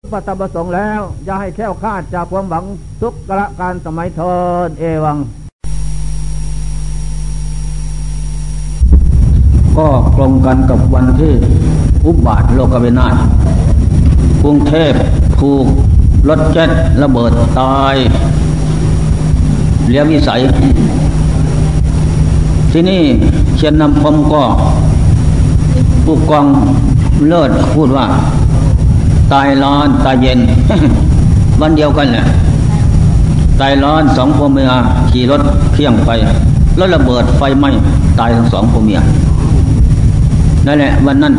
พระธรรมประสงค์แล้วอย่าให้แคล้วคลาดจากความหวังทุกกละการสมัยเทินเอวังก็ตรงกันกับวันที่อุบัติโลกวินาศกรุงเทพถูกรถเจ็ตระเบิดตายเลี้ยงวิสัยที่นี่เชียนนำพมก็ผู้กองเลิศพูดว่าตายร้อนตายเย็น วันเดียวกันแหละตายร้อนสองผัวเมียขี่รถเพี้ยงไปแล้วระเบิดไฟไหม้ตายทั้งสองผัวเมียนั่นแหละวันนั้น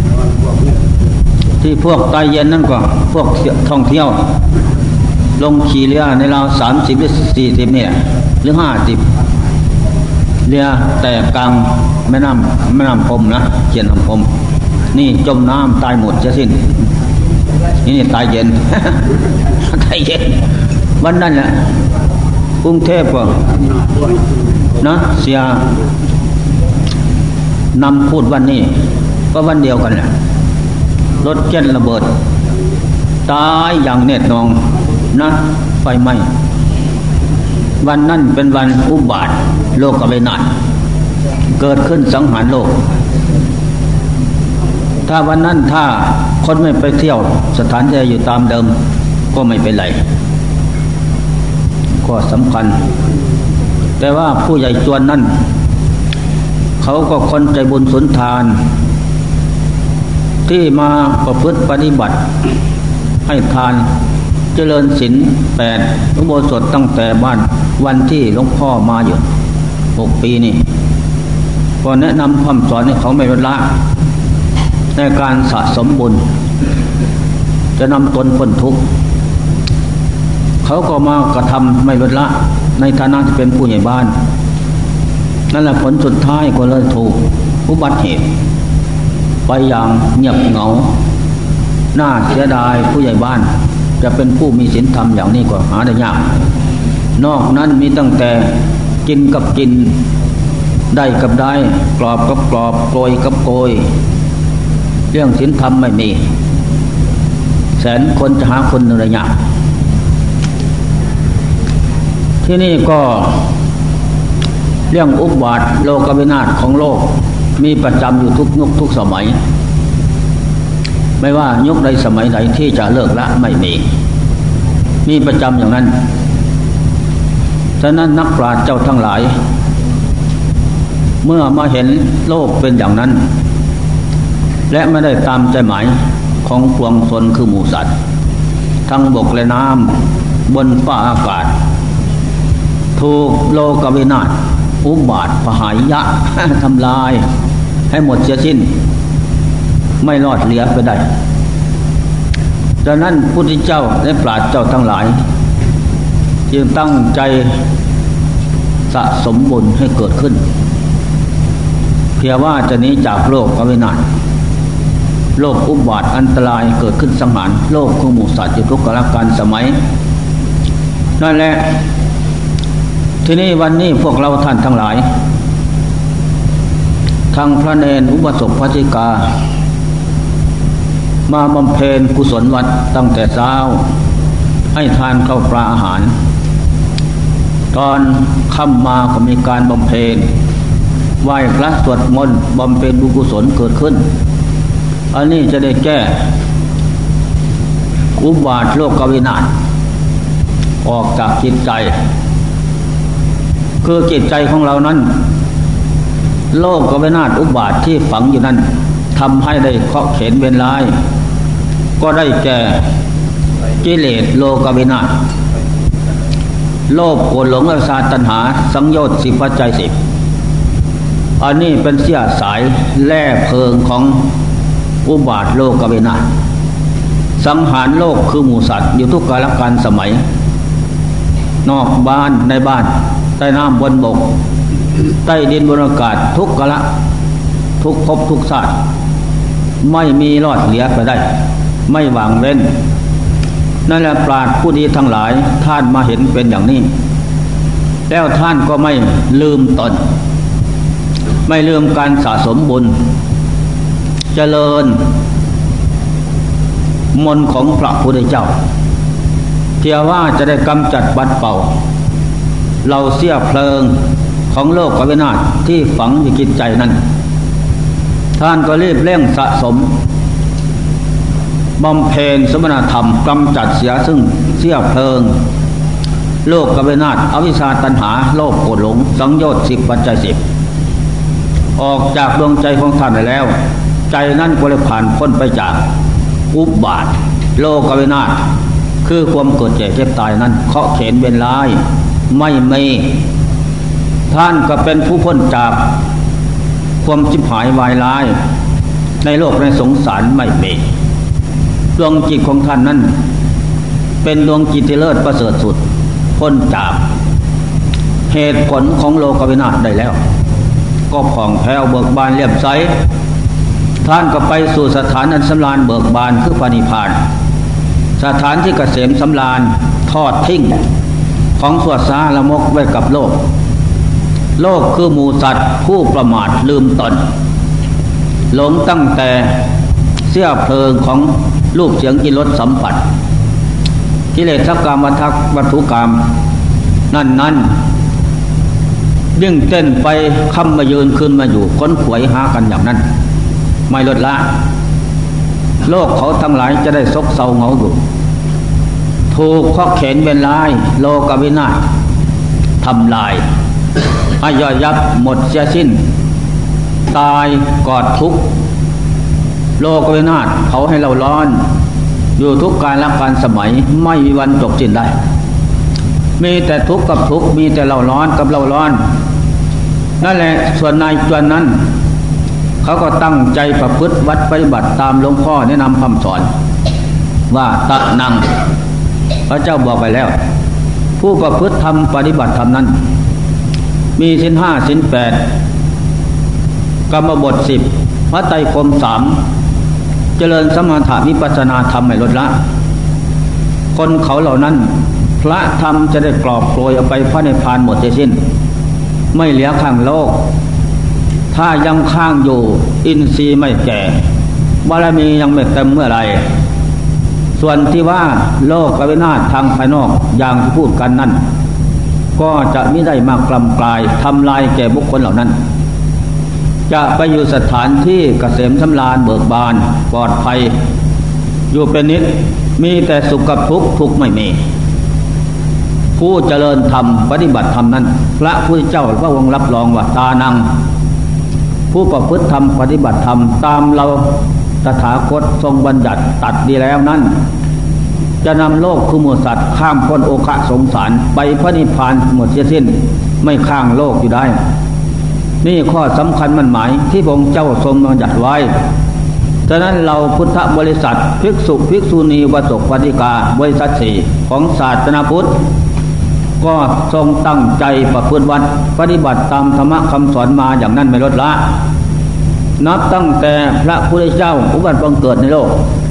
ที่พวกตายเย็นนั่นก็พวกท่องเที่ยวลงขี่เรือในราว30 หรือ 40เนี่ยหรือ50เรือแตกกลางแม่น้ำพรมนะเขียนน้ำพรมนี่จมน้ำตายหมดจะสิ้นนี่ตายเย็น ตายเย็นวันนั้นแหละกรุงเทพก็นะเสียนำพูดวันนี้ก็วันเดียวกันแหละรถเจ็ตระเบิดตายอย่างแน่นอนนะไฟไหม้วันนั้นเป็นวันอุบัติโลกวินาศเกิดขึ้นสังหารโลกถ้าวันนั้นถ้าคนไม่ไปเที่ยวสถานที่อยู่ตามเดิมก็ไม่เป็นไรก็สำคัญแต่ว่าผู้ใหญ่จวนนั้นเขาก็คนใจบุญสุนทานที่มาประพฤติปฏิบัติให้ทานเจริญศีล8อุโบสถตั้งแต่บ้านวันที่หลวงพ่อมาอยู่6 ปีนี่ก็แนะนำคำสอนให้เขาไม่ลดละในการสะสมบุญจะนำตนพ้นทุกข์เขาก็มากระทำไม่ลดละในฐานะที่เป็นผู้ใหญ่บ้านนั่นแหละผลสุดท้ายก็เลยถูกอุบัติเหตุไปอย่างเงียบเหงาน่าเสียดายผู้ใหญ่บ้านจะเป็นผู้มีศีลธรรมอย่างนี้ก็หาได้ยากนอกนั้นมีตั้งแต่กินกับกินได้กับได้กรอบกับกรอบโกยกับโกยเรื่องศีลธรรมไม่มีแสนคนจะหาคนหนึ่งได้ยากที่นี่ก็เรื่องอุบัติโลกวินาศของโลกมีประจำอยู่ทุกยุคทุกสมัยไม่ว่ายุคใดสมัยไหนที่จะเลิกละไม่มีประจำอย่างนั้นฉะนั้นนักปราชญ์เจ้าทั้งหลายเมื่อมาเห็นโลกเป็นอย่างนั้นและไม่ได้ตามใจหมายของปวงชนคือหมู่สัตว์ทั้งบกและน้ำบนฟ้าอากาศถูกโลกวินาศอุบัติพหายะ ทำลายให้หมดเสียสิ้นไม่รอดเหลือไปได้ดังนั้นพุทธเจ้าและปราชญ์เจ้าทั้งหลายจึงตั้งใจสะสมบุญให้เกิดขึ้นเพียงว่าจะหนีจากโลกวินาศโลกอุบัติอันตรายเกิดขึ้นสังหารโลกของหมู่สัตว์อยู่ทุกกาลการสมัยนั่นแหละทีนี้วันนี้พวกเราท่านทั้งหลายทั้งพระเนรอุบาสกพระธิกามาบำเพ็ญกุศลวัดตั้งแต่เช้าให้ทานข้าวปลาอาหารตอนค่ำมาก็มีการบำเพ็ญไหว้พระสวดมนต์บำเพ็ญบุญกุศลเกิดขึ้นอันนี้จะได้แก้อุบัติโลกวินาศออกจากจิตใจคือจิตใจของเรานั้นโลกวินาศอุบัติที่ฝังอยู่นั้นทำให้ได้เคาะเข็นเวรร้ายก็ได้แก่กิเลสโลกวินาศโลภโกรธหลงอวิชชาตัณหาสังโยชน์10ปัจจัย10อันนี้เป็นเสี้ยสายแล่เพลิงของอุบัติโลกวินาศสังหารโลกคือหมู่สัตว์อยู่ทุกกาลการสมัยนอกบ้านในบ้านใต้น้ำบนบกใต้ดินบนอากาศทุกกาลทุกภพทุกชาติไม่มีรอดเหลือไปได้ไม่หวังเว้นนั่นแหละปราชญ์ผู้ดีทั้งหลายท่านมาเห็นเป็นอย่างนี้แล้วท่านก็ไม่ลืมตนไม่ลืมการสะสมบุญเจริญมนต์ของพระพุทธเจ้าเพียงว่าจะได้กำจัดปัดเป่าเราเสียเพลิงของโลกกวินาศที่ฝังอยู่จิตใจนั้นท่านก็รีบเร่งสะสมบำเพ็ญสมณธรรมกำจัดเสียซึ่งเสียเพลิงโลกกวินาศอวิชชาตัณหาโลภโกรธหลงสังโยชน์10ปัจจัย10ออกจากดวงใจของท่านได้แล้วใจนั้นก็เลยผ่านพ้นไปจากอุบาทโลกวินาศคือความเกิดแก่เจ็บตายนั้นเคาะเข็นเวรร้ายไม่มีท่านก็เป็นผู้พ้นจากความชิบหายวายร้ายในโลกในสงสารไม่มีดวงจิตของท่านนั้นเป็นดวงจิตที่เลิศประเสริฐสุดพ้นจากเหตุผลของโลกวินาศได้แล้วก็ผ่องแผ้วเบิกบานเรียบใสท่านก็ไปสู่สถานอันสำราญเบิกบานคือพระนิพพานสถานที่เกษมสำราญทอดทิ้งของสวดสาละมกไว้กับโลกคือหมู่สัตว์ผู้ประมาทลืมตนหลงตั้งแต่เสี้ยเพลิงของรูปเสียงกลิ่นรสสัมผัสกิเลสกามวัตถุกรรมนั่นยิ่งเต้นไปค่ำมายืนขึ้นมาอยู่ค้นขวยหากันอย่างนั้นไม่ลดละโลกเขาทั้งหลายจะได้ซกเซาเหงาอยู่ถูกข้อเข็นเป็นลายโลกวินาศทำลายให้ย่อยยับหมดเสียสิ้นตายกอดทุกข์โลกวินาศเขาให้เราร้อนอยู่ทุกการละการสมัยไม่มีวันจบสิ้นได้มีแต่ทุกข์กับทุกข์มีแต่เราร้อนกับเราร้อนนั่นแหละส่วนนายจวนนั้นเขาก็ตั้งใจประพฤติวัดปฏิบัติตามหลวงพ่อแนะนำคำสอนว่าตะนังพระเจ้าบอกไปแล้วผู้ประพฤติธรรมปฏิบัติธรรมนั้นมีศีล 5ศีล 8กรรมบท10พระไตรคม3เจริญสมถะวิปัสสนาธรรมไม่ลดละคนเขาเหล่านั้นพระธรรมจะได้กรอบโกยเอาไปพระนิพพานหมดสิ้นไม่เหลือข้างโลกถ้ายังข้างอยู่อินทรีย์ไม่แก่บารมียังไม่เต็มเมื่อไรส่วนที่ว่าโลกวินาศทางภายนอกอย่างที่พูดกันนั่นก็จะไม่ได้มากลำกลายทำลายแก่บุคคลเหล่านั้นจะไปอยู่สถานที่เกษมสำราญเบิกบานปลอดภัยอยู่เป็นนิดมีแต่สุขกับทุกข์ทุกข์ไม่มีผู้เจริญธรรมปฏิบัติธรรมนั้นพระพุทธเจ้าพระองค์รับรองว่าตานังผู้ประพฤติธรรมปฏิบัติธรรมตามเราตถาคตทรงบัญญัติตัดดีแล้วนั้นจะนำโลกคือหมู่สัตว์ข้ามพ้นโอคะสงสารไปพระนิพพานหมดเสียสิ้นไม่ข้างโลกอยู่ได้นี่ข้อสำคัญมั่นหมายที่พระองค์เจ้าทรงบัญญัติไว้ฉะนั้นเราพุทธบริษัทภิกษุภิกษุณีอุบาสกอุบาสิกาบริษัท4ของศาสนาพุทธก็ทรงตั้งใจประพฤติวัดปฏิบัติตามธรรมคำสอนมาอย่างนั้นไม่ลดละนับตั้งแต่พระพุทธเจ้าอุบัติบังเกิดในโลก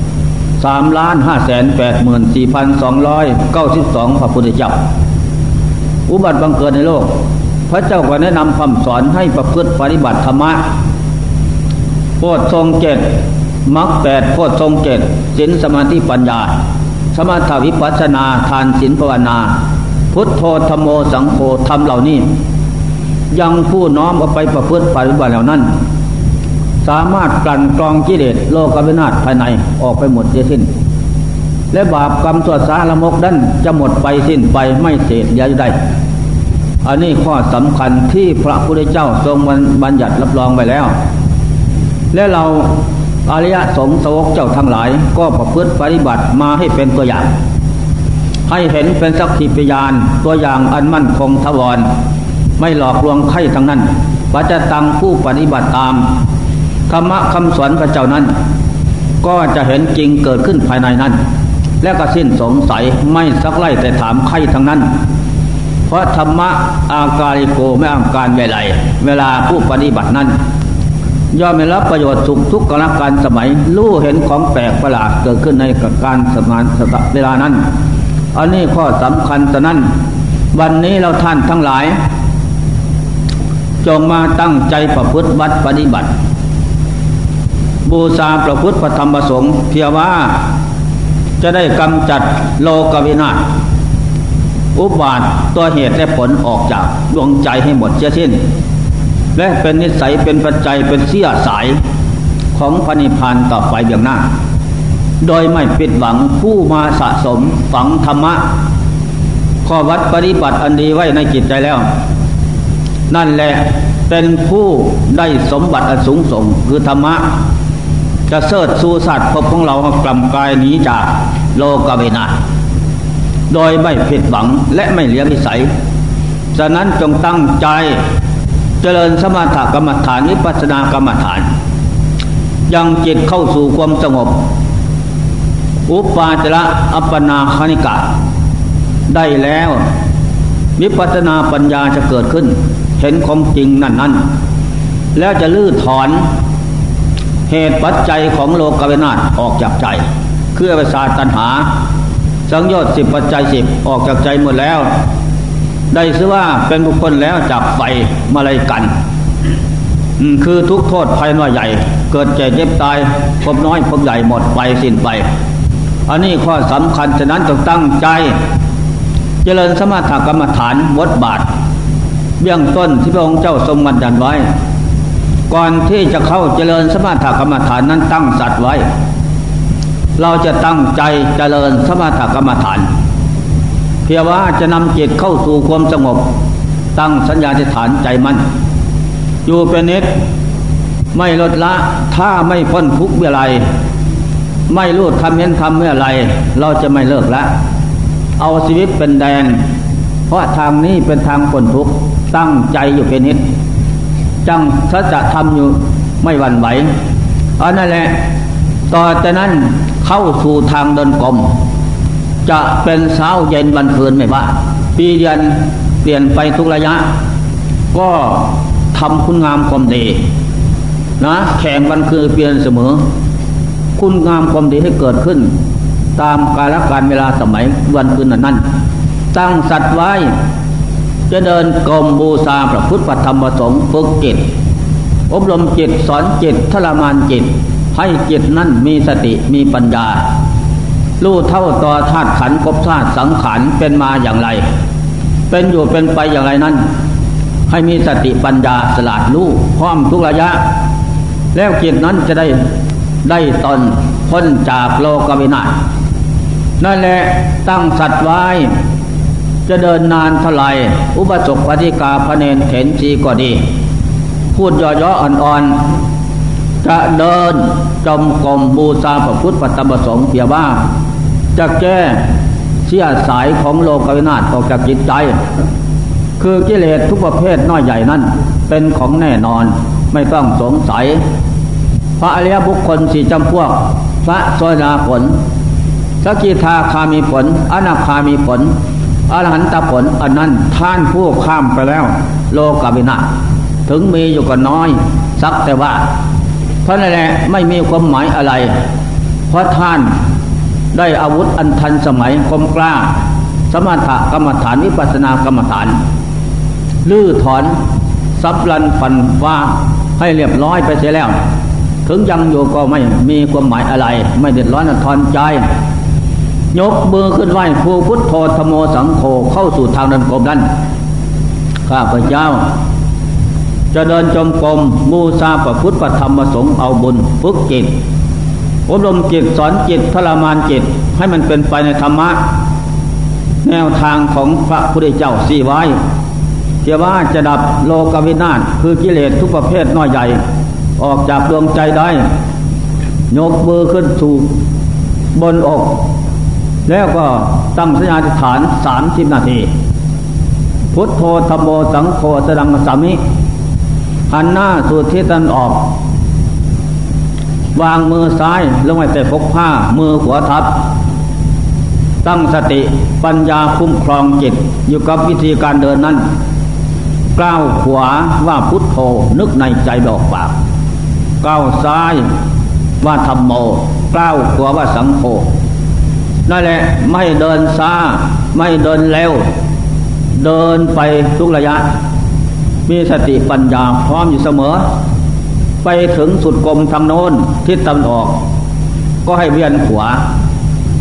3,584,292 พระพุทธเจ้าอุบัติบังเกิดในโลกพระเจ้าก็แนะนำคำสอนให้ประพฤติปฏิบัติธรรมะโพชฌงค์7มรรค8โพชฌงค์7ศีลสมาธิปัญญาสมถะวิปัสสนาทานศีลภาวนาพุทโธธัมโมสังโฆธรรมเหล่านี้ยังผู้น้อมเอาไปประพฤติปฏิบัติเหล่านั้นสามารถกลั่นกรองกิเลสโลกวินาศภายในออกไปหมดสิ้นและบาปกรรมชั่วช้าละมกนั้นจะหมดไปสิ้นไปไม่เศษเหลืออยู่ได้อันนี้ข้อสำคัญที่พระพุทธเจ้าทรงบัญญัติรับรองไว้แล้วและเราอริยสงฆ์สาวกเจ้าทั้งหลายก็ประพฤติปฏิบัติมาให้เป็นตัวอย่างให้เห็นเป็นสักขีพยานตัวอย่างอันมั่นคงถาวรไม่หลอกลวงใครทั้งนั้นปัจจตังผู้ปฏิบัติตามธรรมะคำสอนพระเจ้านั้นก็จะเห็นจริงเกิดขึ้นภายในนั้นและก็สิ้นสงสัยไม่สักไล่แต่ถามใครทั้งนั้นเพราะธรรมะอาการิโกไม่อาการใหญ่ๆเวลาผู้ปฏิบัตินั้นย่อมได้รับประโยชน์สุขทุกขณะการสมัยรู้เห็นของแปลกประหลาดเกิดขึ้นในการสมานเวลานั้นอันนี้ข้อสำคัญฉะนั้นวันนี้เราท่านทั้งหลายจงมาตั้งใจประพฤติวัดปฏิบัติบูชาพระพุทธพระธรรมพระสงฆ์เพียงว่าจะได้กำจัดโลกวินาศอุบาทตัวเหตุและผลออกจากดวงใจให้หมดเสียสิ้นและเป็นนิสัยเป็นปัจจัยเป็นเสี้ยสายของพระนิพพานต่อไปเบื้องหน้าโดยไม่ปิดหวังผู้มาสะสมฝังธรรมะข้อวัดปฏิบัติอันดีไว้ในจิตใจแล้วนั่นแหละเป็นผู้ได้สมบัติอันสูงส่งคือธรรมะจะเสด็จสู่สัตว์พบของเรากล่ำกายหนีจากโลกวินาศโดยไม่ผิดหวังและไม่เหลียวิสัยฉะนั้นจงตั้งใจเจริญสมถกรรมฐานวิปัสสนากรรมฐานยังจิตเข้าสู่ความสงบอุปาจระอัปปนาคณิกะได้แล้ววิปัสสนาปัญญาจะเกิดขึ้นเห็นของจริงนั่นแล้วจะลื้อถอนเหตุปัจจัยของโลกวินาศออกจากใจคืออวิชชาตัณหาสังโยชน์10ปัจจัย10ออกจากใจหมดแล้วได้ชื่อว่าเป็นบุคคลแล้วจากไฟมาลัยกันคือทุกโทษภัยน้อยใหญ่เกิดแก่เจ็บตายพบน้อยพบใหญ่หมดไปสิ้นไปอันนี้ข้อสำคัญฉะนั้นต้องตั้งใจเจริญสมถกรรมฐานบทบาทเบื้องต้นที่พระองค์เจ้าทรงบัญญัติไว้ก่อนที่จะเข้าเจริญสมถกรรมฐานนั้นตั้งสัตว์ไว้เราจะตั้งใจเจริญสมถกรรมฐานเพียงว่าจะนำจิตเข้าสู่ความสงบตั้งสัญญาธิษฐานใจมั่นอยู่เป็นนิดไม่ลดละถ้าไม่พ้นทุกข์เมื่อไรไม่รู้ทำเห็นทำเมื่อไรเราจะไม่เลิกละเอาชีวิตเป็นแดนเพราะทางนี้เป็นทางพ้นทุกข์ตั้งใจอยู่เป็นนิดจังถ้าจะทำอยู่ไม่หวั่นไหวอันนั่นแหละต่อจากนั้นเข้าสู่ทางเดินกลมจะเป็นเช้าเย็นวันคืนไม่ว่าปีเดือนเปลี่ยนไปทุกระยะก็ทำคุณงามความดีนะแข่งวันคืนเปลี่ยนเสมอคุณงามความดีให้เกิดขึ้นตามกาลการเวลาสมัยวันคืนนั้นตั้งสัตว์ไว้จะเดินกรมบูชาพระพุทธธรรมประสงค์ฝึกจิตอบรมจิตสอนจิตทรมานจิตให้จิตนั้นมีสติมีปัญญารู้เท่าต่อธาตุขันธ์ภพชาติสังขารเป็นมาอย่างไรเป็นอยู่เป็นไปอย่างไรนั้นให้มีสติปัญญาฉลาดรู้พร้อมทุกระยะแล้วจิตนั้นจะได้ตนพ้นจากโลกวินาศนั่นแหละตั้งสัตว์ไว้จะเดินนานเท่าไหร่อุปสมบทกาพระเนรเถรชีก็ดีพูดย่อๆอ่อนๆจะเดินจมกรมบูชาพระพุทธธรรมประสงค์เพียงว่าจะแก้เสี้ยสายของโลกวินาศออกจากจิตใจคือกิเลสทุกประเภทน้อยใหญ่นั้นเป็นของแน่นอนไม่ต้องสงสัยพระอริยบุคคล4จำพวกพระโสดาผลสกิทาคามีผลอนาคามีผลอรหันตผลอันนั้นท่านผู้ข้ามไปแล้วโลกวินาศถึงมีอยู่ก็น้อยสักแต่ว่าเพราะนั่นแหละไม่มีความหมายอะไรเพราะท่านได้อาวุธอันทันสมัยคมกล้าสมถกรรมฐานวิปัสสนากรรมฐานลื้อถอนซับลันฟันว่าให้เรียบร้อยไปเสียแล้วถึงยังอยู่ก็ไม่มีความหมายอะไรไม่เดือดร้อนทอนใจยกมือขึ้นไหว้ผู้พุทโธธโมสังโฆเข้าสู่ทางเดินกรมนั้นข้าพเจ้าจะเดินจมกรมบูชาพระพุทธธรรมประสงค์เอาบุญฝึกจิตอบรมจิตสอนจิตทรมานจิตให้มันเป็นไปในธรรมะแนวทางของพระพุทธเจ้าสี่ไว้เกี่ยวว่าจะดับโลกวินาศคือกิเลสทุกประเภทน้อยใหญ่ออกจากดวงใจได้ยกมือขึ้นสู่บนอกแล้วก็ตั้งสัญญาธิษฐาน30 นาทีพุทโธธัมโมสังโฆสดังกัสสามิหันหน้าสู่ทิศตะวันออกวางมือซ้ายลงไว้แต่ปกผ้ามือขวาทับตั้งสติปัญญาคุ้มครองจิตอยู่กับวิธีการเดินนั้นก้าวขวาว่าพุทโธนึกในใจบอกปากก้าวซ้ายว่าธัมโมก้าวขวาว่าสังโฆนั่นแหละไม่เดินช้าไม่เดินเร็วเดินไปทุกระยะมีสติปัญญาพร้อมอยู่เสมอไปถึงสุดกรมทางโน้นทิศตะวันออกก็ให้เวียนขวา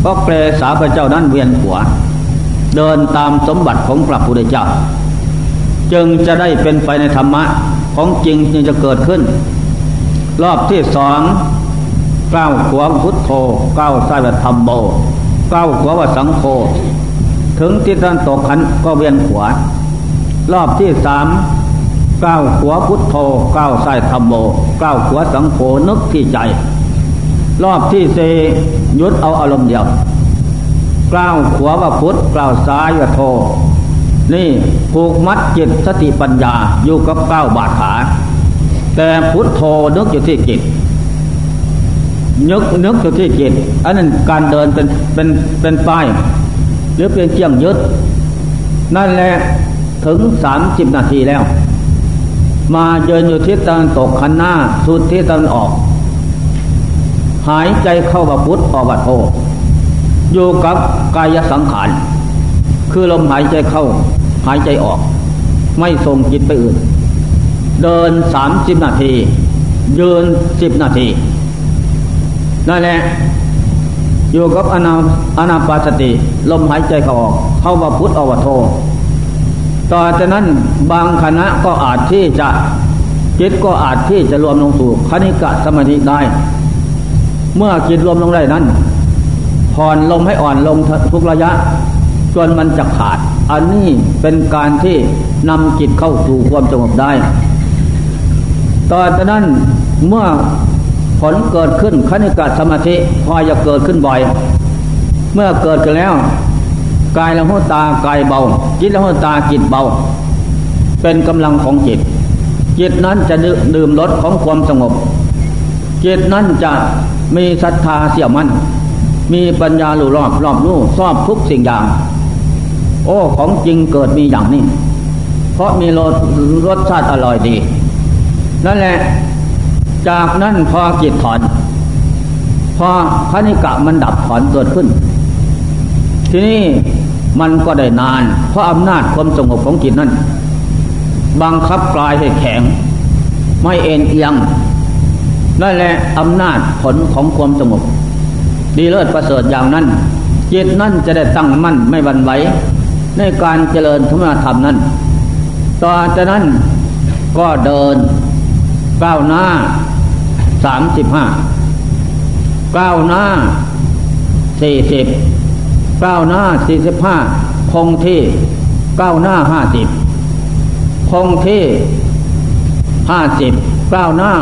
ก็เกษาพระเจ้านั้นเวียนหัวเดินตามสมบัติของพระพุทธเจ้าจึงจะได้เป็นไปในธรรมะของจริงจึงจะเกิดขึ้นรอบที่สองก้าวขวาพุทโธก้าวซ้ายว่าธัมโมก้าวขวาว่าสังโฆถึงทิศตะวันตกขันก็เวียนหัวรอบที่สามก้าวขวาพุทโธก้าวซ้ายธัมโมก้าวขวาสังโฆนึกที่ใจรอบที่สี่หยุดเอาอารมณ์เดียวก้าวขวาว่าพุทก้าวซ้ายว่าโธนี่ผูกมัดจิตสติปัญญาอยู่กับก้าวบาดขาแต่พุทโธนึกอยู่ที่จิตนึกอยู่ที่จิตอันนั้นการเดินเป็นป้ายหรือเป็นเจียงยึดนั่นแหละถึง30 นาทีแล้วมาเดินอยู่ทิศตะวันตกขันหน้าสุดทิศตะวันออกหายใจเข้าว่าพุทออกว่าโธอยู่กับกายสังขารคือลมหายใจเข้าหายใจออกไม่ส่งจิตไปอื่นเดิน30 นาทียืน10 นาทีนั่นแหละอยู่กับอานาปานสติลมหายใจเข้าออกเข้าว่าพุทออกว่าโธต่อจากนั้นบางขณะก็อาจที่จะจิตก็อาจที่จะรวมลงสู่คณิกะสมาธิได้เมื่อจิตรวมลงได้นั้นผ่อนลมให้อ่อนลงทุกระยะจนมันจะขาดอันนี้เป็นการที่นำจิตเข้าสู่ความสงบได้ต่อจากนั้นเมื่อผลเกิดขึ้นคณิกะสมาธิพอจะเกิดขึ้นบ่อยเมื่อเกิดขึ้นแล้วกายละหุตากายเบาจิตละหุตาจิตเบาเป็นกำลังของจิตจิตนั้นจะดื่มรสของความสงบจิตนั้นจะมีศรัทธาเสี่ยมั่นมีปัญญารู้รอบรู้ชอบทุกสิ่งอย่างโอ้ของจริงเกิดมีอย่างนี้เพราะมีรสชาติอร่อยดีนั่นแหละจากนั้นพอจิตถอนพอคณิกะมันดับถอนเกิดขึ้นทีนี้มันก็ได้นานเพราะอำนาจความสงบของจิตนั้นบังคับกายให้แข็งไม่เอ็นเอียงนั่นแหละอำนาจผลของความสงบดีเลิศประเสริฐอย่างนั้นจิตนั้นจะได้ตั้งมั่นไม่หวั่นไหวในการเจริญธรรมธรรมนั้นต่อจากนั้นก็เดินก้าวหน้า35ก้าวหน้า40ก้าวหน้า45คงที่ก้าวหน้า50คงที่50ก้าวหน้า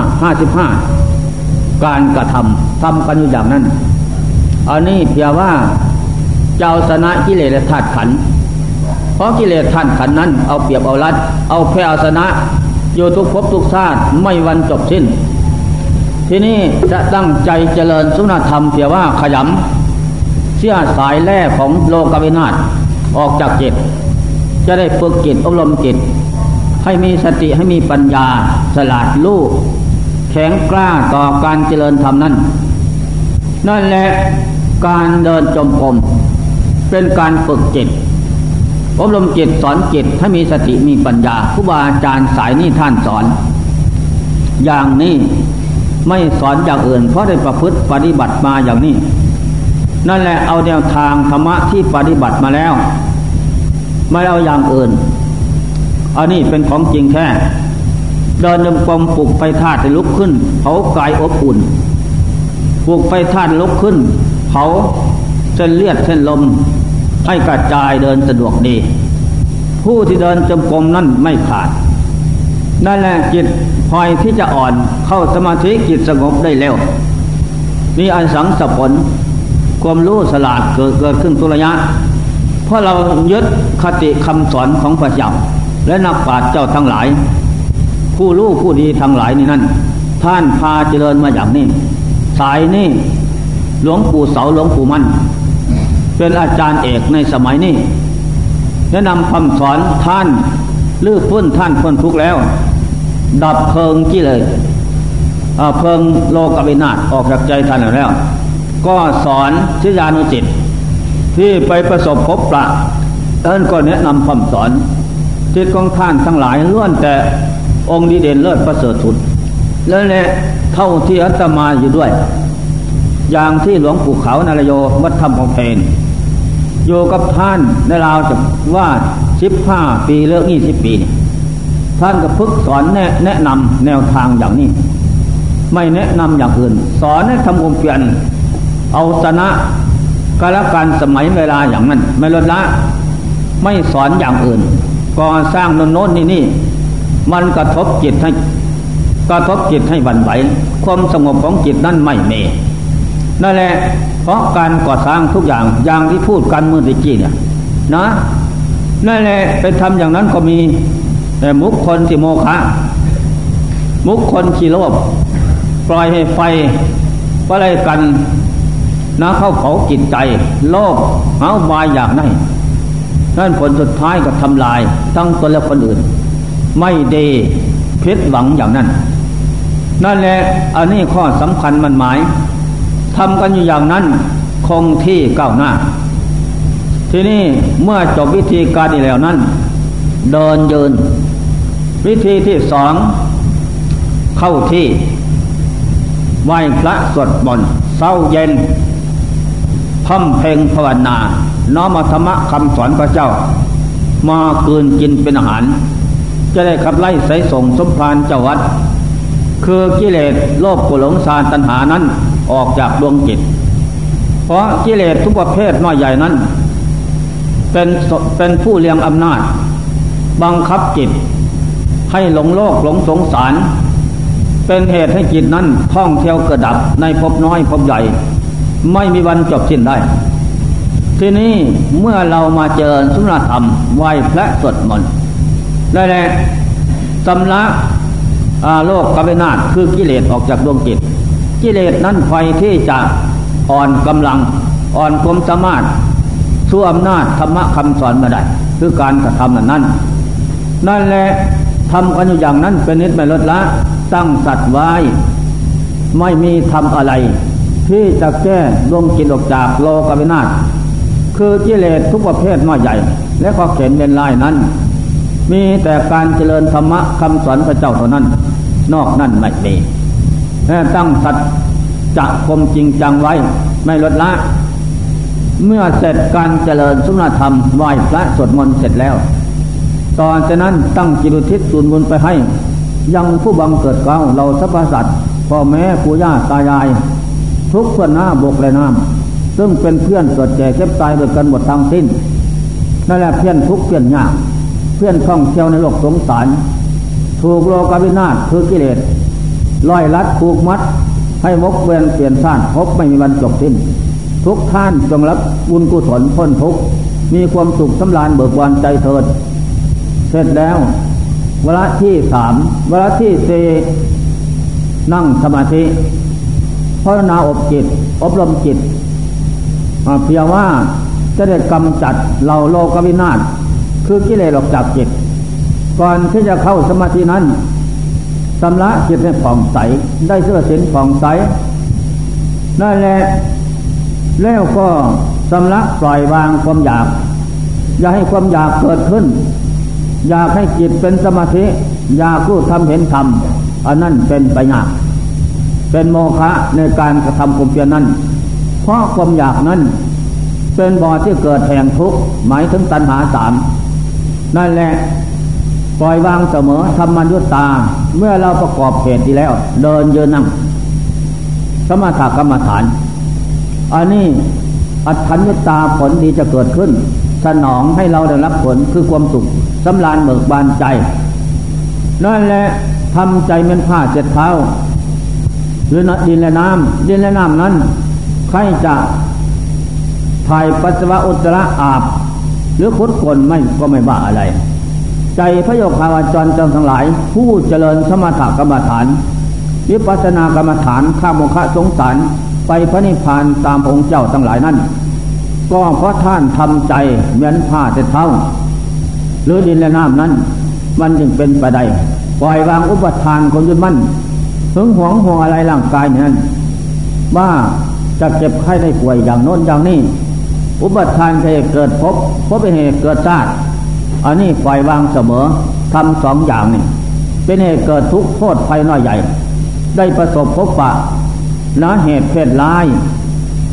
55การกระทำกันอยู่อย่างนั้นอันนี้เพียงว่าเจ้าชนะกิเลสธาตุขันธ์เพราะกิเลสธาตุขันธ์นั้นเอาเปรียบเอารัดเอาแพ้เอาชนะอยู่ทุกภพทุกชาติไม่วันจบสิ้นทีนี้จะตั้งใจเจริญสุนธรรมเพียงว่าขยำเสียสายแร่ของโลกวินาศออกจากจิตจะได้ฝึกจิตอบรมจิตให้มีสติให้มีปัญญาฉลาดรู้แข็งกล้าต่อการเจริญธรรมนั้นนั่นแหละการเดินจงกรมเป็นการฝึกจิตอบรมจิตสอนจิตให้มีสติมีปัญญาครูบาอาจารย์สายนี้ท่านสอนอย่างนี้ไม่สอนอย่างอื่นเพราะได้ประพฤติปฏิบัติมาอย่างนี้นั่นแหละเอาแนวทางธรรมะที่ปฏิบัติมาแล้วไม่เอาอย่างอื่นอันนี้เป็นของจริงแท้เดินจงกรมปลุกไฟธาตุให้ลุกขึ้นเผากายอบอุ่นปลุกไฟธาตุลุกขึ้นเผาเส้นเลือดเส้นลมให้กระจายเดินสะดวกดีผู้ที่เดินจงกรมนั้นไม่ขาดนั่นแหละจิตพลอยที่จะอ่อนเข้าสมาธิจิตสงบได้เร็วมีอันสังสผลความรู้ฉลาดเกิดขึ้นทุกระยะเพราะเรายึดคติคำสอนของพระเจ้าและนักปราชญ์เจ้าทั้งหลายผู้รู้ผู้ดีทั้งหลายนี่นั่นท่านพาเจริญมาอย่างนี้สายนี้หลวงปู่เสาหลวงปู่มั่นเป็นอาจารย์เอกในสมัยนี้แนะนำคำสอนท่านลื้อฟื้นท่านพ้นทุกข์แล้วดับเพลิงที่เลยเพลิงโลกวินาศออกจากใจท่านแล้วก็สอนศิษยานุศิษย์ที่ไปประสบพบปะก็แนะนำคำสอนจิตของท่านทั้งหลายล้วนแต่องค์ดีเด่นเลิศประเสริฐสุดแล้วแหละเท่าที่อาตมาอยู่ด้วยอย่างที่หลวงปู่เขานารโยวัดธรรมของเพนอยู่กับท่านในราวจะว่า15 ปีหรือ20 ปีเนี่ยท่านก็พึกสอนแนะนำแนวทางอย่างนี้ไม่แนะนำอย่างอื่นสอนให้ทำความเพียรเอาชนะกาลการสมัยเวลาอย่างนั้นไม่ลดละไม่สอนอย่างอื่นก่อสร้างโน้นนี่มันกระทบจิตให้หวั่นไหวความสงบของจิตนั้นไม่มีนั่นแหละเพราะการก่อสร้างทุกอย่างที่พูดกันเมื่อกี้เนี่ยนะนั่นแหละไปทำอย่างนั้นก็มีแต่มุขคนที่โมฆะมุขคนที่โลภปล่อยให้ไฟอะไรกันนะเข้าเผาจิตใจโลภหาวายอยากได้นั่นผลสุดท้ายก็ทำลายทั้งตนและคนอื่นไม่ดีผิดหวังอย่างนั้นนั่นแหละอันนี้ข้อสำคัญมันหมายทำกันอยู่อย่างนั้นคงที่ก้าวหน้าทีนี้เมื่อจบวิธีการนี้แล้วนั้นเดินยืนวิธีที่2เข้าที่ไหว้พระสวดมนต์เช้าเย็นพร่ำเพลงภาวนาน้อมธรรมะคำสอนพระเจ้ามากืนกินเป็นอาหารจะได้ขับไล่ไสส่งสมภารเจ้าวัดคือกิเลสโลภโกรธหลงฌานตัณหานั้นออกจากดวงจิตเพราะกิเลสทุกประเภทน้อยใหญ่นั้นเป็นผู้เลี้ยงอำนาจบังคับจิตให้หลงโลกหลงสงสารเป็นเหตุให้จิตนั้นท่องเที่ยวกระดับในภพน้อยภพใหญ่ไม่มีวันจบสิ้นได้ทีนี้เมื่อเรามาเจริญสุนทรธรรมไหว้พระสวดมนต์ได้แลชำระโลกกวินาศคือกิเลสออกจากดวงจิตกิเลสนั้นไฟที่จะอ่อนกำลังอ่อนความสามารถสู้อำนาจธรรมะคำสอนมาได้คือการกระทำนั้นนั่นแหละทำกันอยู่อย่างนั้นเป็นนิดไม่ลดละตั้งสัตว์ไว้ไม่มีทำอะไรที่จะแก้ดวงจิตออกจากโลกวินาศคือกิเลสทุกประเภทน้อยใหญ่และก็เข็นเป็นลายนั้นมีแต่การเจริญธรรมะคำสอนพระเจ้าเท่านั้นนอกนั้นไม่มีตั้งสัจจะคมจริงจังไว้ไม่ลดละเมื่อเสร็จการเจริญสุนทรธรรมไหว้พระสวดมนต์เสร็จแล้วตอนจากนั้นตั้งจิตอุทิศส่วนบุญไปให้ยังผู้บังเกิดเกล้าเราสรรพสัตว์พ่อแม่ปู่ย่าตายายทุกเพื่อนหน้าบกและน้ำซึ่งเป็นเพื่อนเกิดแก่เก็บตายโดยกันหมดทางสิ้นนั่นแหละเพื่อนทุกเพื่อนยากเพื่อนท่องเที่ยวในโลกสงสารถูกโลกวินาศคือกิเลสลอยลัดผูกมัดให้วกเวียนเปลี่ยนชาติพบไม่มีวันจบสิ้นทุกท่านจงรับบุญกุศลพ้นทุกข์มีความสุขสำราญเบิกบานใจเถิดเสร็จแล้ววาระที่3วาระที่4นั่งสมาธิภาวนาอบรมจิตเพียงว่าจะได้กำจัดเหล่าโลกวินาศคือกิเลสออกจากจิตก่อนที่จะเข้าสมาธินั้นชำระจิตให้ผ่องใสได้เสื้อสินผ่องใสนั่นแหละแล้วก็ชำระปล่อยวางความอยากอย่าให้ความอยากเกิดขึ้นอยากให้จิตเป็นสมาธิอยากรู้ธรรมเห็นธรรมอันนั้นเป็นไปยากเป็นโมฆะในการกระทำความเพียรนั้นเพราะความอยากนั้นเป็นบ่อที่เกิดแห่งทุกข์หมายถึงตัณหา3นั่นแหละปล่อยวางเสมอธรรมัญญุตาเมื่อเราประกอบเหตุดีแล้วเดินยืนนั่งสมถกรรมฐานอันนี้อัตถัญญุตาผลดีจะเกิดขึ้นสนองให้เราได้รับผลคือความสุขสำราญเบิกบานใจนั่นแหละทำใจเป็นผ้าเช็ดเท้าหรือดินและน้ำนั้นใครจะถ่ายปัสสาวะอุจจาระอาบหรือขุดก้นก็ไม่ว่าอะไรใจพระโยคาวาจรทั้งหลายผู้เจริญสมถกรรมฐานวิปัสสนากรรมฐานข้ามโมฆะสงสารไปพระนิพพานตามพระองค์เจ้าทั้งหลายนั้นก็เพราะท่านทำใจเหมือนผ้าเช็ดเท้าหรือดินและน้ำนั้นมันจึงเป็นไปได้ปล่อยวางอุปทานคนยึดมั่นถึงห่วงอะไรร่างกายนั้นว่าจะเจ็บไข้ได้ป่วยอย่างโน้นอย่างนี้อุปทานจะเกิดพบเป็นเหตุเกิดชาติอันนี้ปล่อยวางเสมอทำ2อย่างนี่เป็นเหตุเกิดทุกข์โทษภัยน้อยใหญ่ได้ประสบพบปะและเหตุเพศร้าย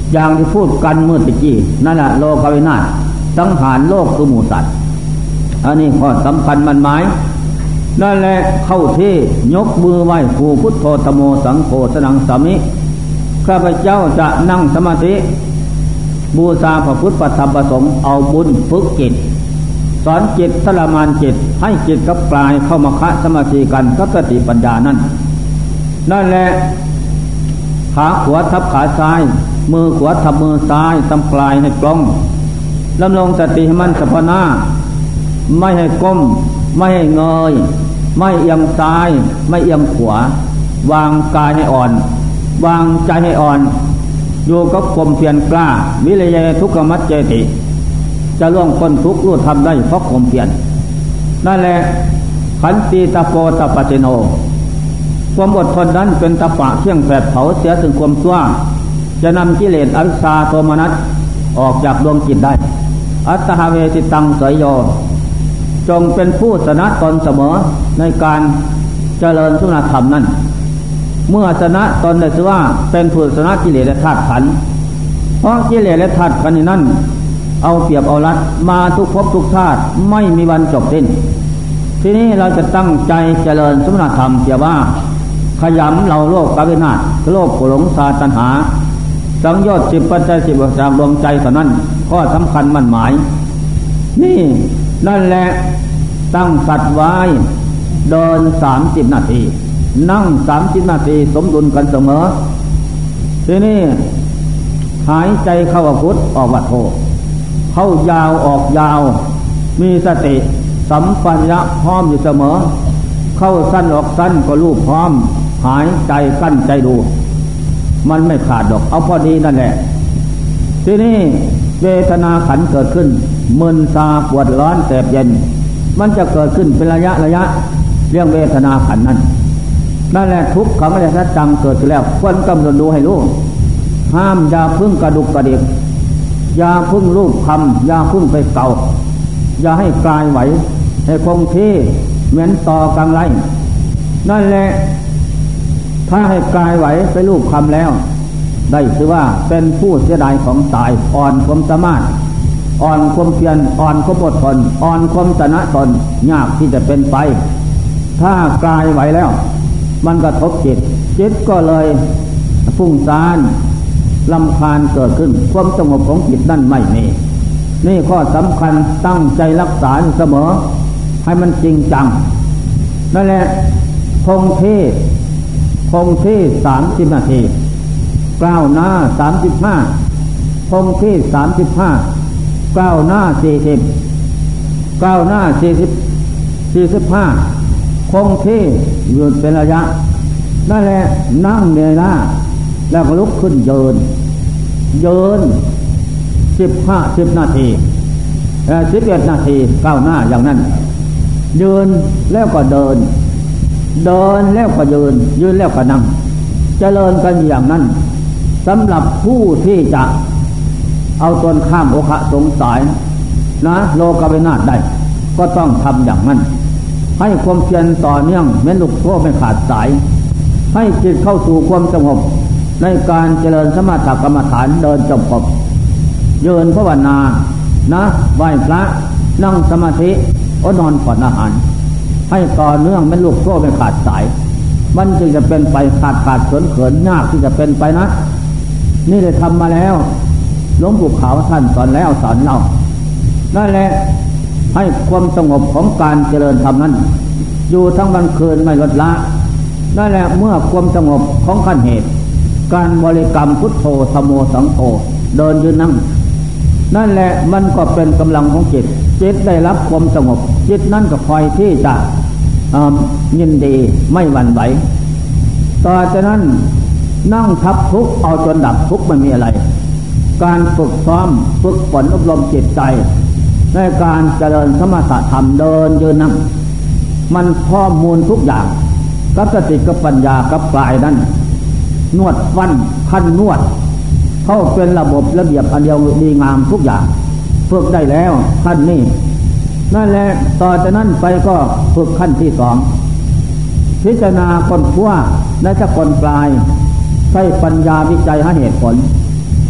อย่างที่พูดกันเมื่อตะกี้นั่นแหละโลกวินาศสังหารโลกคือหมู่สัตว์อันนี้ข้อสำคัญมันหมายนั่นแหละเข้าที่ยกมือไหว้ครูพุทโธธโมสังโฆสนังสามิข้าพเจ้าจะนั่งสมาธิบูชาพระพุทธพระธรรมพระสงฆ์เอาบุญฝึกจิตสอนจิตทรมานจิตให้จิตกับกายเข้ามาคะสมาธิกันกับสติปัญญานั่นแหละขาขวาทับขาซ้ายมือขวาทับมือซ้ายทำปลายให้ตรงดำรงสติให้มันเฉพาะหน้าไม่ให้ก้มไม่ให้เงยไม่เอียงซ้ายไม่เอียงขวาวางกายให้อ่อนวางใจให้อ่อนอยู่กับความเพียรกล้าวิริยะทุกขมัจเจติจะล่วงพ้นทุกข์รู้ทำได้เพราะความเพียรนั่นแหละขันติตะโพตะปะเจโนความอดทนนั้นเป็นตะปะเครื่องแผดเผาเสียถึงความชั่วจะนำกิเลสอวิชชาโทมนัสออกจากดวงจิตได้อัตถเวทิตังสยโยจงเป็นผู้ชนะตนเสมอในการเจริญสุนธรรมนั้นเมื่อชนะตนได้ชื่อว่าเป็นผู้ชนะกิเลสและธาตุขันธ์เพราะกิเลสและธาตุขันธ์นั้นเอาเปรียบเอารัดมาทุกภพทุกชาติไม่มีวันจบสิ้นทีนี้เราจะตั้งใจเจริญสุนธรรมเสียว่าขยำเราโลกกวินาศโลกหลงศาสตัณหาสังโยชน์10ปัจจัย10ออกจากดวงใจเท่านั้นข้อสำคัญมั่นหมายนี่นั่นแหละตั้งสัตว์ไว้เดิน30 นาทีนั่ง30 นาทีสมดุลกันเสมอทีนี้หายใจเข้าพุทธออกวัดโธเข้ายาวออกยาวมีสติสัมปชัญญะพร้อมอยู่เสมอเข้าสั้นออกสั้นก็รู้พร้อมหายใจกั้นใจดูมันไม่ขาดดอกเอาพอดีนั่นแหละทีนี้เวทนาขันเกิดขึ้นมึนชาปวดร้อนแสบเย็นมันจะเกิดขึ้นเป็นระยะเรื่องเวทนาขันนั่นแหละทุกขังอริยสัจจังเกิดขึ้นแล้วควรกำหนดดูให้รู้ห้ามอย่าพึ่งกระดุกกระดิกอย่าพึ่งรูปคำอย่าพึ่งไปเก่าอย่าให้กายไหวให้คงที่เหมือนต่อกลางไรนั่นแหละถ้าให้กายไหวไปรูปคำแล้วได้คือว่าเป็นผู้เสียดายของตายอ่อนความสามารถอ่อนความเพียรอ่อนความอดทนอ่อนความชนะตนยากที่จะเป็นไปถ้ากายไหวแล้วมันกระทบจิตก็เลยฟุ้งซ่านรำคาญเกิดขึ้นความสงบของจิตนั่นไม่มีนี่ข้อสำคัญตั้งใจรักษาเสมอให้มันจริงจังนั่นแหละคงที่30 นาทีก้าวหน้า35คงที่35ก้าวหน้า40ก้าวหน้า45คงที่หยุดเป็นระยะนั่นแหละนั่งเหนื่อยล้าแล้วก็ลุกขึ้นเดิน10 นาที11 นาทีก้าวหน้าอย่างนั้นยืนแล้วก็เดินแล้วก็ยืนแล้วก็นั่งเจริญกันอย่างนั้นสำหรับผู้ที่จะเอาตนข้ามโอคะสงสารนะโลกวินาศได้ก็ต้องทำอย่างนั้นให้ความเพียรต่อเนื่องแม้ลูกโซ่ไม่ขาดสายให้จิตเข้าสู่ความสงบในการเจริญสมถกรรมฐานเดินจงกรมยืนภาวนานะไหว้พระนั่งสมาธินอนผ่อนอาหารให้ต่อเนื่องแม้ลูกโซ่ไม่ขาดสายมันจึงจะเป็นไปขาดเขินยากที่จะเป็นไปนะนี่ได้ทำมาแล้วหลวงปู่ขาวท่านสอนแล้วสอนเรานั่นแหละให้ความสงบของการเจริญธรรมนั้นอยู่ทั้งวันคืนไม่ลดละนั่นแหละเมื่อความสงบของขั้นเหตุการบริกรรมพุทโธธัมโมสังโฆเดินยืนนั่งนั่นแหละมันก็เป็นกำลังของจิตได้รับความสงบจิตนั่นก็คอยที่จะยินดีไม่หวั่นไหวต่อจากนั้นนั่งทับทุกข์เอาจนดับทุกข์ไม่มีอะไรการฝึกซ้อมฝึกฝนอบรมจิตใจในการเจริญสมถะธรรมเดินยืนนั่งมันข้อมูลทุกอย่างกับสติกับปัญญากับกายนั้นนวดฟันขั้นนวดเข้าเป็นระบบระเบียบอันเดียวดีงามทุกอย่างฝึกได้แล้วขั้นนี้นั่นแหละต่อจากนั้นไปก็ฝึกขั้นที่2พิจารณาคนขั้วและจะคนปลายใช้ปัญญาวิจัยหาเหตุผล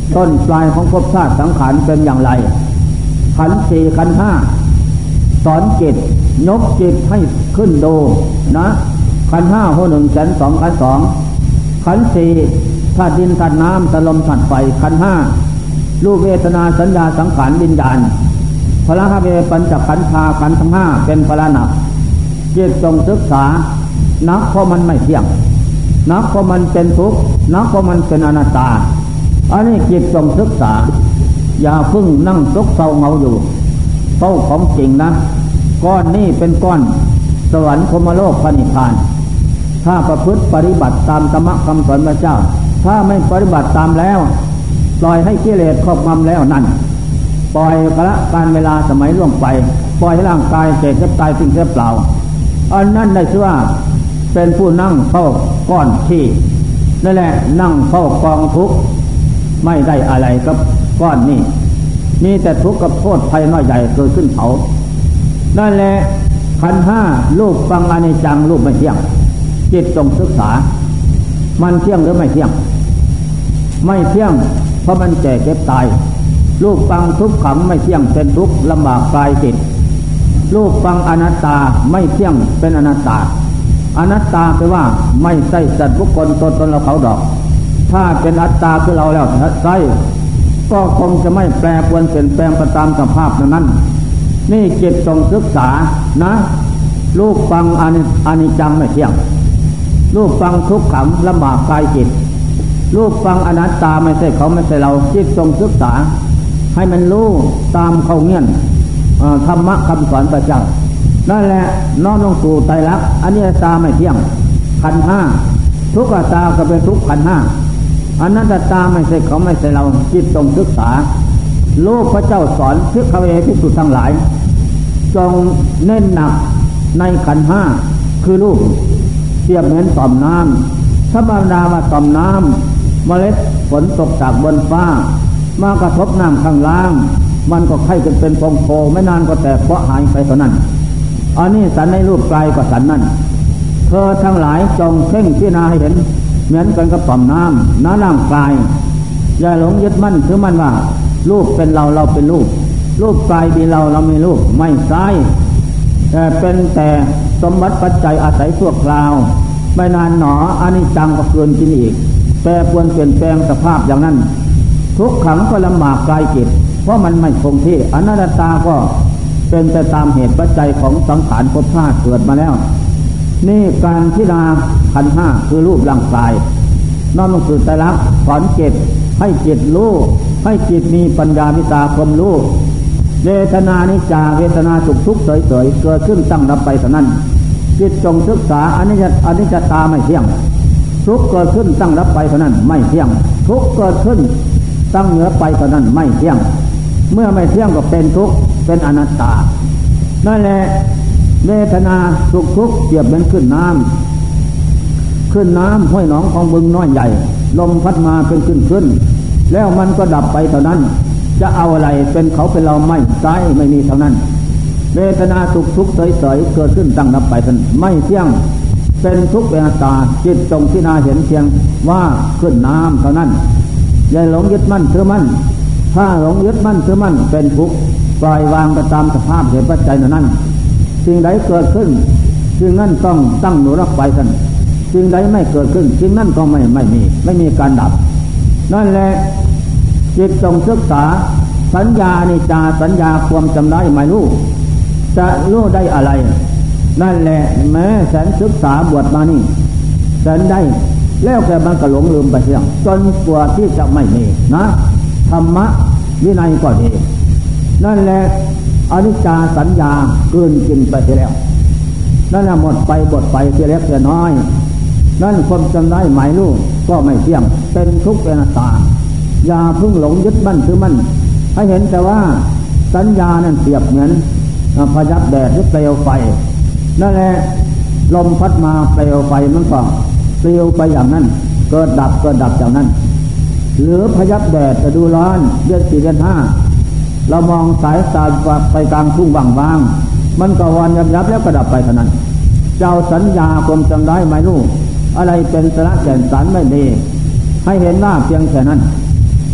ต้นปลายของภพชาติสังขารเป็นอย่างไรขันธ์สี่ขันธ์ห้าสอนจิตยกจิตให้ขึ้นดูนะขันธ์ห้าหัวหนึ่งแสนสองขันธ์สองขันธ์สี่ธาตุดินธาตุน้ำธาตุลมธาตุไฟขันธ์ห้ารูปเวทนาสัญญาสังขารวิญญาณพละเวปัญจขันธาขันธ์ทั้งห้าเป็นพละหนักจิตจงศึกษานักเพราะมันไม่เที่ยงนักเพราะมันเป็นทุกข์นักเพราะมันเป็นอนัตตาอันนี้จิตจงศึกษาอย่าพึ่งนั่งซกเซาเงาอยู่เป้าของจริงนะก้อนนี้เป็นก้อนสวรรค์พรหมโลกพระนิพพานถ้าประพฤติปฏิบัติตามธรรมคำสอนพระเจ้าถ้าไม่ปฏิบัติตามแล้วปล่อยให้กิเลสครอบงำแล้วนั่นปล่อยกระการเวลาสมัยล่วงไปปล่อยให้ร่างกายเจ็บตายสิ้นเสียเปล่าอันนั้นได้ชื่อว่าเป็นผู้นั่งเฝ้าก้อนที่นั่นแหละนั่งเฝ้ากองทุกข์ไม่ได้อะไรกับก้อนนี้มีแต่ทุกข์กับโทษภัยน้อยใหญ่เกิดขึ้นเผานั่นแหละขันธ์ห้ารูปฟังอนิจจังรูปไม่เที่ยงจิตจงศึกษามันเที่ยงหรือไม่เที่ยงไม่เที่ยงเพราะมันแก่เก็บตายรูปฟังทุกขังไม่เที่ยงเป็นทุกข์ลำบากกายจิตรูปฟังอนัตตาไม่เที่ยงเป็นอนัตตาอนัตตาแปลว่าไม่ใช่สัตว์บุคคลตนเราเขาดอกถ้าเป็นอัตตาคือเราแล้วใช่ก็คงจะไม่แปรปรวนเปลี่ยนแปลงไปตามสภาพนั้นนี่จิตจงศึกษานะรูปฟังอนิจจังไม่เที่ยงรูปฟังทุกขังลำบากกายจิตรูปฟังอนัตตาไม่ใช่เขาไม่ใช่เราจิตจงศึกษาให้มันรู้ตามเข้าเงื่อนธรรมะคำสอนพระเจ้านั่นแหละน้อมลงสู่ไตรลักษณ์อนิจจตาไม่เที่ยงขันธ์ห้าทุกขตาก็เป็นทุกขันธ์ห้าอนัตตาไม่ใช่เขาไม่ใช่เราจิตจงศึกษาโลกพระเจ้าสอนภิกขเวภิกษุทั้งหลายจงเน้นหนักในขันธ์ห้าคือรูปเปรียบเหมือนต่อมน้ำธรรมดาว่าต่อมน้ำเมล็ดฝนตกจากบนฟ้ามากระทบน้ำข้างล่างมันก็ไข่กันเป็นพองโพไม่นานก็แตกเพราะหายไปเท่านั้นอันนี้สันในรูปกายก็สันนั่นเธอทั้งหลายจงเพ่งพิจารณาให้เห็นเหมือนกันกับต่อมน้ำน้าร่างกายอย่าหลงยึดมั่นถือมั่นว่ารูปเป็นเราเราเป็นรูปรูปกายเป็นเราเราไม่รูปไม่ใช่แต่เป็นแต่สมบัติปัจจัยอาศัยชั่วคราวไม่นานหนออนิจจังก็เกินกินอีกแปรปรวนเปลี่ยนแปลงสภาพอย่างนั้นทุกขังก็ลำบากกายจิตเพราะมันไม่คงที่อนัตตาก็เป็นไปตามเหตุปัจจัยของสังขารภพชาติเกิดมาแล้วนี่การพิจารณาขันธ์ห้าคือรูปร่างกายน้อมลงสู่ไตรลักษณ์สอนจิตให้จิตรู้ให้จิตมีปัญญาวิตาความรู้เวทนานิจจาเวทนาสุขทุกข์เฉยๆเกิดขึ้นตั้งรับไปเท่านั้นจิตจงศึกษาอนิจจตาไม่เที่ยงทุกข์เกิดขึ้นตั้งรับไปเท่านั้นไม่เที่ยงทุกข์เกิดขึ้นตั้งเหนือไปเท่านั้นไม่เที่ยงเมื่อไม่เที่ยงก็เป็นทุกข์เป็นอนัตตานั่นแหละเวทนาสุขทุกข์เปรียบเหมือนขึ้นน้ำห้วยหนองของบึงน้อยใหญ่ลมพัดมาเป็นขึ้นแล้วมันก็ดับไปเท่านั้นจะเอาอะไรเป็นเขาเป็นเราไม่ใช่ไม่มีเท่านั้นเวทนาสุขทุกข์เฉยๆเกิดขึ้นตั้งดับไปเท่านั้นไม่เที่ยงเป็นทุกข์เป็นอนัตตาจิตจงพิจารณาเห็นเพียงว่าขึ้นน้ำเท่านั้นอย่าหลงยึดมั่นถือมั่นถ้าหลงยึดมั่นถือมั่นเป็นทุกข์ปล่อยวางไปตามสภาพเหตุปัจจัยนั้นสิ่งใดเกิดขึ้นสิ่งนั้นต้องตั้งหนูรับไปท่านสิ่งใดไม่เกิดขึ้นสิ่งนั้นก็ไม่มีการดับนั่นแหละจิตจงศึกษาสัญญานิจจาสัญญาความจำได้ไม่รู้จะรู้ได้อะไรนั่นแหละแม้แสนศึกษาบวชมานี่แสนได้แล้วแกมันก็หลงลืมไปเสียจนกว่าที่จะไม่มีนะธรรมะวินัยก็ดีนั่นแหละอนิจจาสัญญาเกินกินไปเสียแล้วนั่นหมดไปบทไปเสียเล็กเสียน้อยนั่นความจำได้หมายรู้ก็ไม่เที่ยงเป็นทุกข์เป็นอนัตตาอย่าเพิ่งหลงยึดมั่นถือมั่นให้เห็นแต่ว่าสัญญานั้นเปรียบเหมือนพยับแดดหรือเปลวไฟนั่นแหละลมพัดมาเปลวไฟมันก็เปลวไปอย่างนั้นเกิดดับอย่างนั้นหรือพยับแดดจะดูร้อนเดือน4เดือน5เรามองสายตาไปกลางทุ่งว่างๆมันก็วันยับแล้วก็ดับไปเท่านั้นเจ้าสัญญาความจำได้ไม่รู้อะไรเป็นสาระแก่นสารไม่ดีให้เห็นว่าเพียงแค่นั้น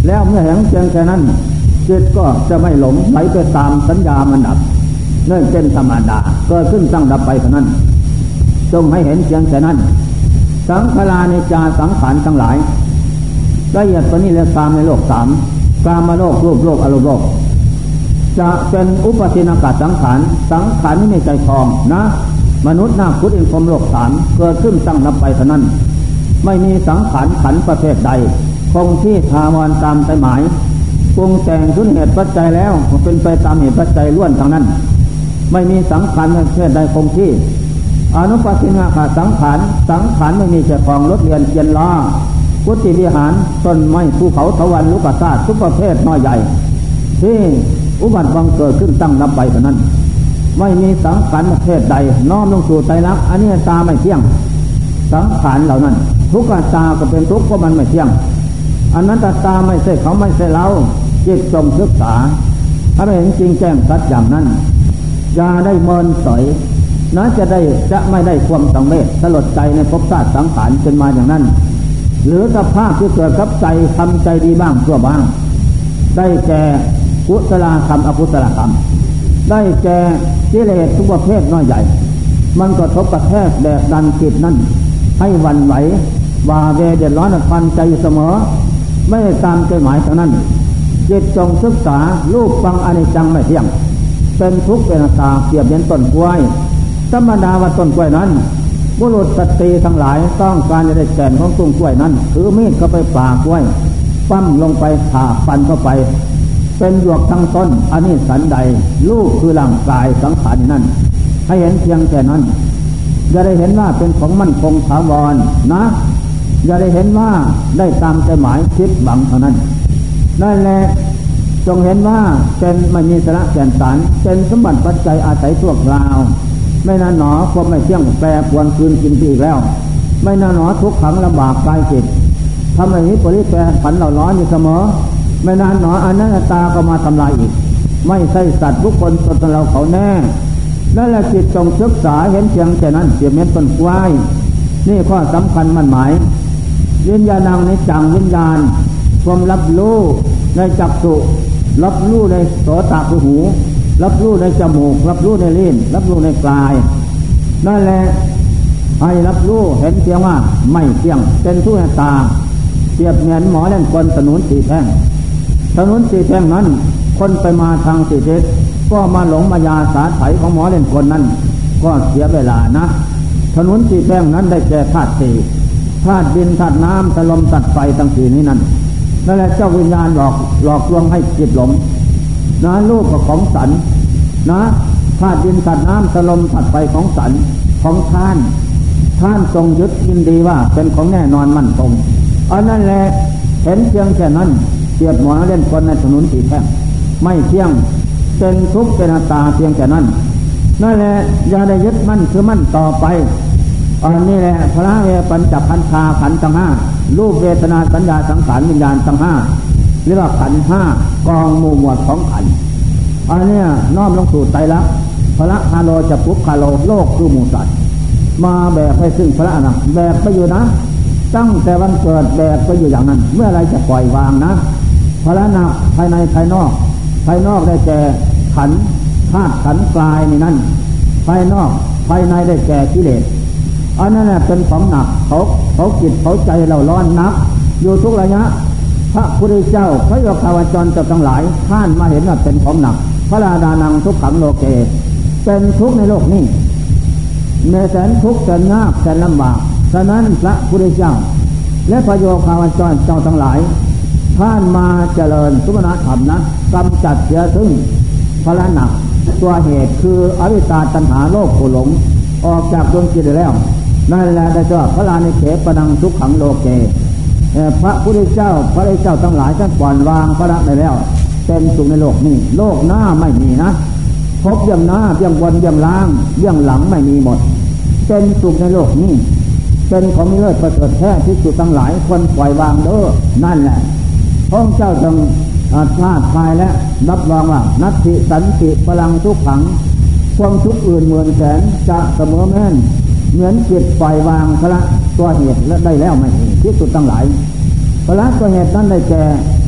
แล้วเมื่อเห็นเพียงแค่นั้นจิตก็จะไม่หลงไหลไปตามสัญญามันดับนั่นเป็นธรรมดาเกิดขึ้นตั้งดับไปเท่านั้นจงให้เห็นเพียงแค่นั้นสังขารนิจจาสังขารทั้งหลายละเอียดกว่านี้แล้วตามในโลกสามกามโลกรูปโลกอรูปโลกจะเป็นอุปทินากาสังขารสังขารนี้ในใจคลองนะมนุษย์นาคพุทธอินทร์พรหมโลกสามเกิดขึ้นตั้งดับไปเท่านั้นไม่มีสังขารขันธ์ประเภทใดคงที่ถาวรตามใจหมายปรุงแต่งทุนเหตุปัจจัยแล้วเป็นไปตามเหตุปัจจัยล้วนทั้งนั้นไม่มีสังขารประเภทใดคงที่อนุปัสสินาขาสังขารสังขารไม่มีเจ้าของรถเรือนเกียนล้อกุฏิวิหารต้นไม้ภูเขาทวันลูกศาสตร์ทุกประเภทน้อยใหญ่ที่อุบัติบังเกิดขึ้นตั้งนับไปเท่านั้นไม่มีสังขารประเภทใดน้อมลงสู่ไตรลักษณ์อันนี้ตาไม่เที่ยงสังขารเหล่านั้นทุกตาก็เป็นทุกข์เพราะมันไม่เที่ยงอันนั้นตาไม่ใช่เขาไม่ใช่เราจิตจงศึกษาถ้าไม่เห็นจริงแจ้งชัดอย่างนั้นอย่าได้เมินเฉยนะจะไม่ได้ความสังเวชสลดใจในภพชาติสังขารเป็นมาอย่างนั้นหรือสภาพที่เกิดกับใจทำใจดีบ้างชั่วบ้างได้แก่กุศลธรรมอกุศลธรรมได้แก่กิเลสทุกประเภทน้อยใหญ่มันก็ทบกระแทกแดกดันจิตนั้นให้หวั่นไหวว่าเวเดือดร้อนฟันใจอยู่เสมอไม่ได้ตามใจหมายเท่านั้นจิตจงศึกษารูปฟังอนิจจังไม่เที่ยงเป็นทุกข์เป็นอนัตตาเปรียบเหมือนต้นกล้วยธรรมดาว่าต้นกล้วยนั้นบุรุษสตรีทั้งหลายต้องการจะได้แก่นของต้นกล้วยนั้นถือมีดเข้าไปปากกล้วยปั้มลงไปผ่าฟันเข้าไปเป็นหยวกทั้งต้นอันนี้สันใดรูปคือร่างกายสังขารนั้นให้เห็นเพียงแค่นั้นอย่าได้เห็นว่าเป็นของมั่นคงถาวรนะอย่าได้เห็นว่าได้ตามใจหมายคิดหวังเท่านั้นนั่นแหละจงเห็นว่าเป็นไม่มีสาระแก่นสารเป็นสมบัติปัจจัยอาศัยชั่วคราวไม่นานหนอความไม่เที่ยงแปรปรวนคืนกินปีแล้วไม่นานหนอทุกขังลำบากกายจิตทำอะไรนี้ปริแปรผันเหล่าร้อนอยู่เสมอไม่นานหนออนัตตาก็มาทำลายอีกไม่ใช่สัตว์บุคคลตนเราเขาแน่นั่นแหละจิตจงศึกษาเห็นเพียงแค่นั้นเสียเม็ดต้นกล้วยนี่ข้อสำคัญมั่นหมายวิญญาณังในจังวิญญาณความรับรู้ในจักษุรับรู้ในโสตคือหูรับรู้ในจมูกรับรู้ในลิ้นรับรู้ในกายนั่นแหละให้รับรู้เห็นเพียงว่าไม่เที่ยงเป็นทุกข์ตาเปรียบเหมือนหมอเล่นกลถนนสี่แพร่งถนนสี่แพร่งนั้นคนไปมาทางสี่ทิศก็มาหลงมายาสาไถของหมอเล่นกลนั้นก็เสียเวลานะถนนสี่แพร่งนั้นได้แก่ธาตุสี่ธาตุดินธาตุน้ำธาตุลมธาตุไฟทั้งสี่นี้นั่นนั่นแหละเจ้าวิญญาณหลอกลวงให้จิตหลงนะรูปของสันนะธาตุดินธาตุน้ำธาตุลมธาตุไฟของสันของท่านทรงยึดยินดีว่าเป็นของแน่นอนมั่นคงอันนั้นแหละเห็นเพียงแค่นั้นเกียบหมอเล่นคนในถนนสีแท่งไม่เที่ยงเป็นทุกข์เป็นอนัตตาเพียงแค่นั้นนั่นแหละอย่าได้ยึดมั่นคือมั่นต่อไปอันนี้แหละพระเวปัญจพันธาขันธ์ทั้งห้ารูปเวทนาสัญญาสังขารวิญญาณทั้งห้าเรียกว่าขันธ์ห้ากองหมู่หมวดของขันธ์อันนี้น้อมลงสู่ไตรลักษณ์พระคาโลจะปุกคาโลโลกคือหมู่สัตว์มาแบกให้ซึ่งพระอนันต์แบกไปอยู่นะตั้งแต่วันเกิดแบกไปอยู่อย่างนั้นเมื่อไรจะปล่อยวางนะพระหนักภายในภายนอกได้แก่ขันธ์ธาตุขันธ์กายนี่นั่นภายนอกภายในได้แก่กิเลสอันนั้นเป็นของหนักเขาจิตเขาใจเราร้อนนักอยู่ทุกระยะพระพุทธเจ้าพระโยคาวจรเจ้าทั้งหลายท่านมาเห็นว่าเป็นของหนักพระราดานังทุกขังโลเกเป็นทุกข์ในโลกนี้ในแสนทุกข์แสนยากแสนลำบากฉะนั้นพระพุทธเจ้าและพระโยคาวจรเจ้าทั้งหลายท่านมาเจริญสุภณธรรมนะกำจัดเสียซึ่งพระหนักตัวเหตุคืออวิชชาตัณหาโลภโกรธหลงออกจากดวงจิตได้แล้วนั่นแหละได้ชื่อพระลานิเขปนังทุกขังโลเกพระพุทธเจ้าพระเจ้าทั้งหลายท่านปล่อยวางพระละได้แล้วเป็นสุขในโลกนี้โลกหน้าไม่มีนะพบเบื้องหน้าเบื้องบนเบื้องล่างเบื้องหลังไม่มีหมดเป็นสุขในโลกนี้เป็นของมีเลิศประเสริฐแท้ที่สุดทั้งหลายควรปล่อยวางเด้อนั่นแหละพระเจ้าจึงท้าทายและรับรองว่านัตถิสันติพลังทุกขังความทุกข์อื่นหมื่นแสนจะเสมอแม่นเหมือนจิตปล่อยวางพระตัวเหตุและได้แล้วไม่ที่สุดทั้งหลายพระตัวเหตุนั้นได้แก่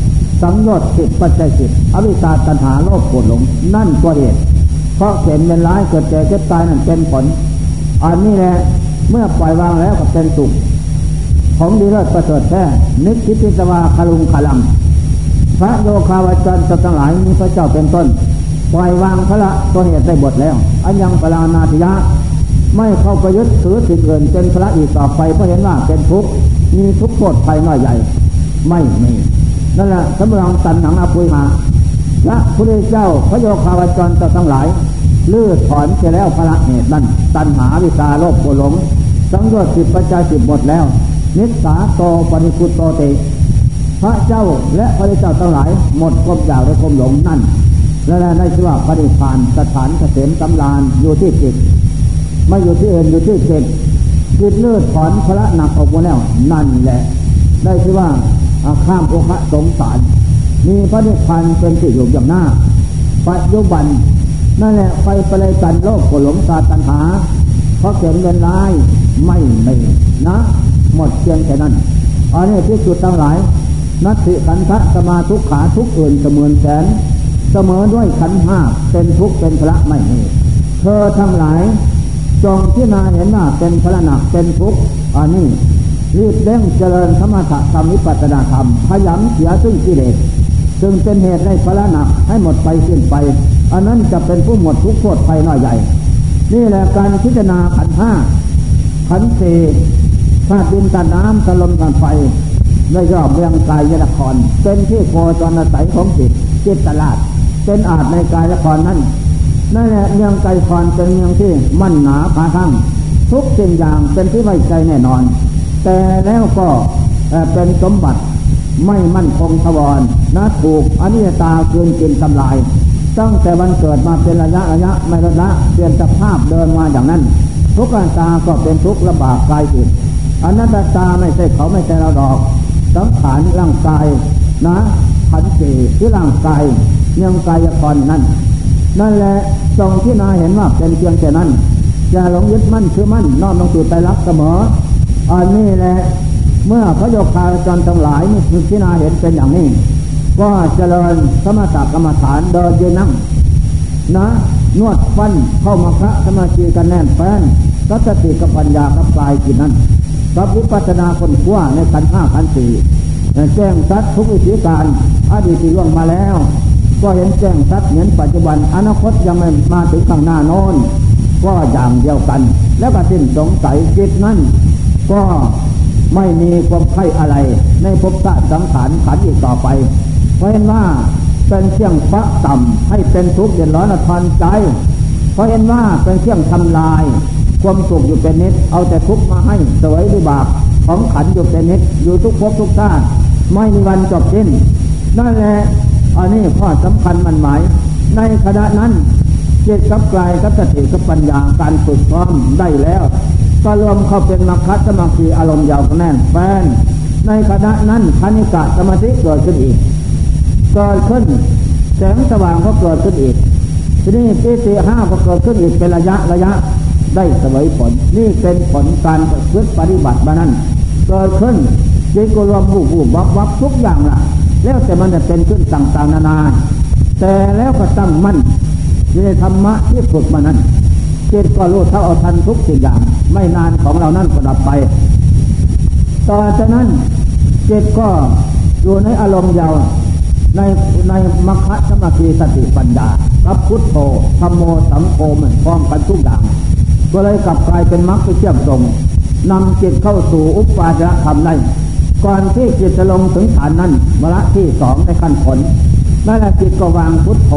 สังโยชน์10ปัจจัย10อวิชชาตัณหาโลภโกรธหลงนั่นตัวเหตุเพราะเห็นเป็นร้ายเกิดแก่เจ็บตายนั่นเป็นผลอันนี้แหละเมื่อปล่อยวางแล้วก็เป็นสุขของดีเลิศประเสริฐแท้นิพพิตวาคารุงคาลังพระโยคาวจรทั้งหลายมีพระเจ้าเป็นต้นปล่อยวางพระตัวเหตุได้หมดแล้วอันยังปรานาติยะไม่เข้าไปยึดถือสิ่งอื่นเป็นพระอีกต่อไปเพราะเห็นว่าเป็นทุกข์มีทุกข์โทษภัยน้อยใหญ่ไม่มีนั่นแหละสำหรับตัณหาอภุหะและพระเจ้าพระโยคาวจรทั้งหลายลื้อถอนเสียแล้วพระเหตุนั้นตัณหาวิชาโลภโกรธหลงสังโยชน์10ปัจจัย10หมดแล้วนิสสาโตปณิพุตโตติพระเจ้าและพระเจ้าทั้งหลายหมดความอยากและความหลงนั่นและได้ชื่อว่าปณิพานสถานเกษมสำราญอยู่ที่จิตไม่อยู่ที่อื่นอยู่ที่จิตจิตเลื่อนถอนพระหนักออกมาแล้วนั่นแหละได้ชื่อว่าข้ามโอคะสงสารมีพระนิพพานเป็นที่อยู่อย่างหน้าปัจจุบันนั่นแหละไฟประเลยกันโลกโกรธหลงสาตัณหาเพราะเกิดเงินร้ายไม่มีนะหมดเพียงแค่นั้นอันนี้ที่จุดทั้งหลายนัตถิขันธะสมาทุกขาทุกอื่นเสมือนแสนเสมอด้วยขันธ์ห้าเป็นทุกข์เป็นพระไม่มีเธอทั้งหลายจงพิจารณาเห็นว่าเป็นพระหนักเป็นทุกข์อันนี้รีบเร่งเจริญสมถะธรรมวิปัสสนาธรรมขยันเสียซึ่งกิเลสจึงเป็นเหตุให้พระหนักให้หมดไปสิ้นไปอันนั้นจะเป็นผู้หมดทุกข์โทษภัยน้อยใหญ่นี่แหละการพิจารณาขันธ์ห้าขันธ์สี่ธาตุดินธาตุน้ำธาตุลมธาตุไฟได้รอบเมืองกายละครเป็นที่โคจรอาศัยของจิตตลาดเป็นอาจในกายละครนั้นนั่นแหละเมืองกายละครเป็นเมืองที่มั่นหนาผาทั่งทุกสิ่งอย่างเป็นที่ไว้ใจแน่นอนแต่แล้วก็เป็นสมบัติไม่มั่นคงถาวรนะถูกอนิจจตาคืนกินทำลายตั้งแต่วันเกิดมาเป็นระยะไม่ลดละเปลี่ยนสภาพเดินมาอย่างนั้นทุกขันตาก็เป็นทุกข์ลำบากกายจิตอนัตตาไม่ใช่เขาไม่ใช่เราดอกสังขารร่างกายนะขันธ์สี่ที่ร่างกายยังกายคอนนั่นแหละทรงที่นาเห็นว่าเป็นเพียงแค่นั้นอย่าหลงยึดมั่นคือมั่นน้อมลงสู่ไตรลักษณ์เสมออันนี้แหละเมื่อพระโยคาวจรทั้งหลายนี่ที่นาเห็นเป็นอย่างนี้ก็เจริญสมถกรรมฐานเดินยืนนั่งนะนวดฟันเข้ามาพระสมาธิกันแน่นแฟ้นก็สติกับปัญญากับกายจิตนั้นกับวิปัสสนาคนขว้าในขันธ์ห้าขันธ์สี่แจ้งชัดทุกวิธีการอดีตที่ล่วงมาแล้วก็เห็นแจ้งชัดเหมือนปัจจุบันอนาคตยังไม่มาถึงข้างหน้าโน้นก็อย่างเดียวกันแล้วก็สิ้นสงสัยจิตนั้นก็ไม่มีความไข้อะไรในภพชาติสังขารขันธ์อีกต่อไปเพราะเห็นว่าเป็นเครื่องปะต่ำให้เป็นทุกข์เดือดร้อนทอนใจเพราะเห็นว่าเป็นเครื่องทำลายความสุขอยู่เป็นนิดเอาแต่ทุกข์มาให้เสวยด้วยบาปของขันธ์อยู่เป็นนิดอยู่ทุกภพทุกชาติไม่มีวันจบสิ้นนั่นแหละอันนี้ข้อสำคัญมันหมายในขณะนั้นจิตกับกายกับสติกับปัญญาการฝึกพร้อมได้แล้วก็รวมเข้าเป็นมรรคสมาธิอารมณ์ยาวแน่นแฟ้นในขณะนั้นคณิกะสมาธิเกิดขึ้นอีกเกิดขึ้นแสงสว่างก็เกิดขึ้นอีกทีนี้ปีติห้าก็เกิดขึ้นอีกเป็นระยะได้เสวยผลนี่เป็นผลการประพฤติปฏิบัติมานั้นเกิดขึ้นจิตก็รวมบูบวับทุกอย่างล่ะแล้วแต่มันจะเป็นขึ้นต่างๆนานาแต่แล้วก็ตั้งมั่นในธรรมะที่ฝึกมานั้นจิตก็รู้เท่าเอาทันทุกสิ่งอย่างไม่นานของเรานั้นก็ดับไปต่อจากนั้นจิตก็อยู่ในอารมณ์ยาวในมรรคสมาธิสติปัญญารับพุทโธธัมโมสังโฆมันพร้อมกันทุกอย่างก็เลยกลับกลายเป็นมรรคที่เชื่อมตรงนำจิตเข้าสู่อุปาจารธรรมได้ก่อนที่จิตจะลงถึงฐานนั้นวาระที่สองในขั้นผลนั่นแหละจิตก็วางพุทโธ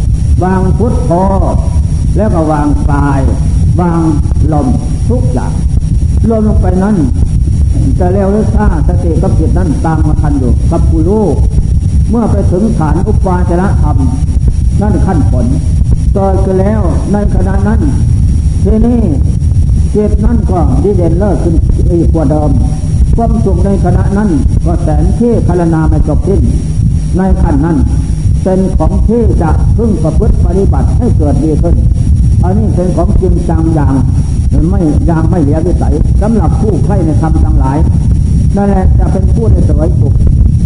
แล้วก็วางกายวางลมทุกอย่างรวมลงไปนั้นจะเร็วหรือช้าสติกับจิตนั้นตามมาทันอยู่กับผู้รู้เมื่อไปถึงฐานอุปาจารธรรมนั่นขั้นผลต่อขึ้นแล้วในขณะนั้นทีนี้จิตนั้นก็ดีเด่นเลิศขึ้นอีกกว่าเดิมความสุขในขณะนั้นก็แสนที่คารนาไม่จบสิ้นในขั้นนั้นเป็นของที่จะพึ่งประพฤติปฏิบัติให้เกิดดีขึ้นอันนี้เป็นของจริงจังอย่างไม่เหลือวิสัยสำหรับผู้ใคร่ในธรรมทั้งหลายนั่นแหละจะเป็นผู้ในสวยสุข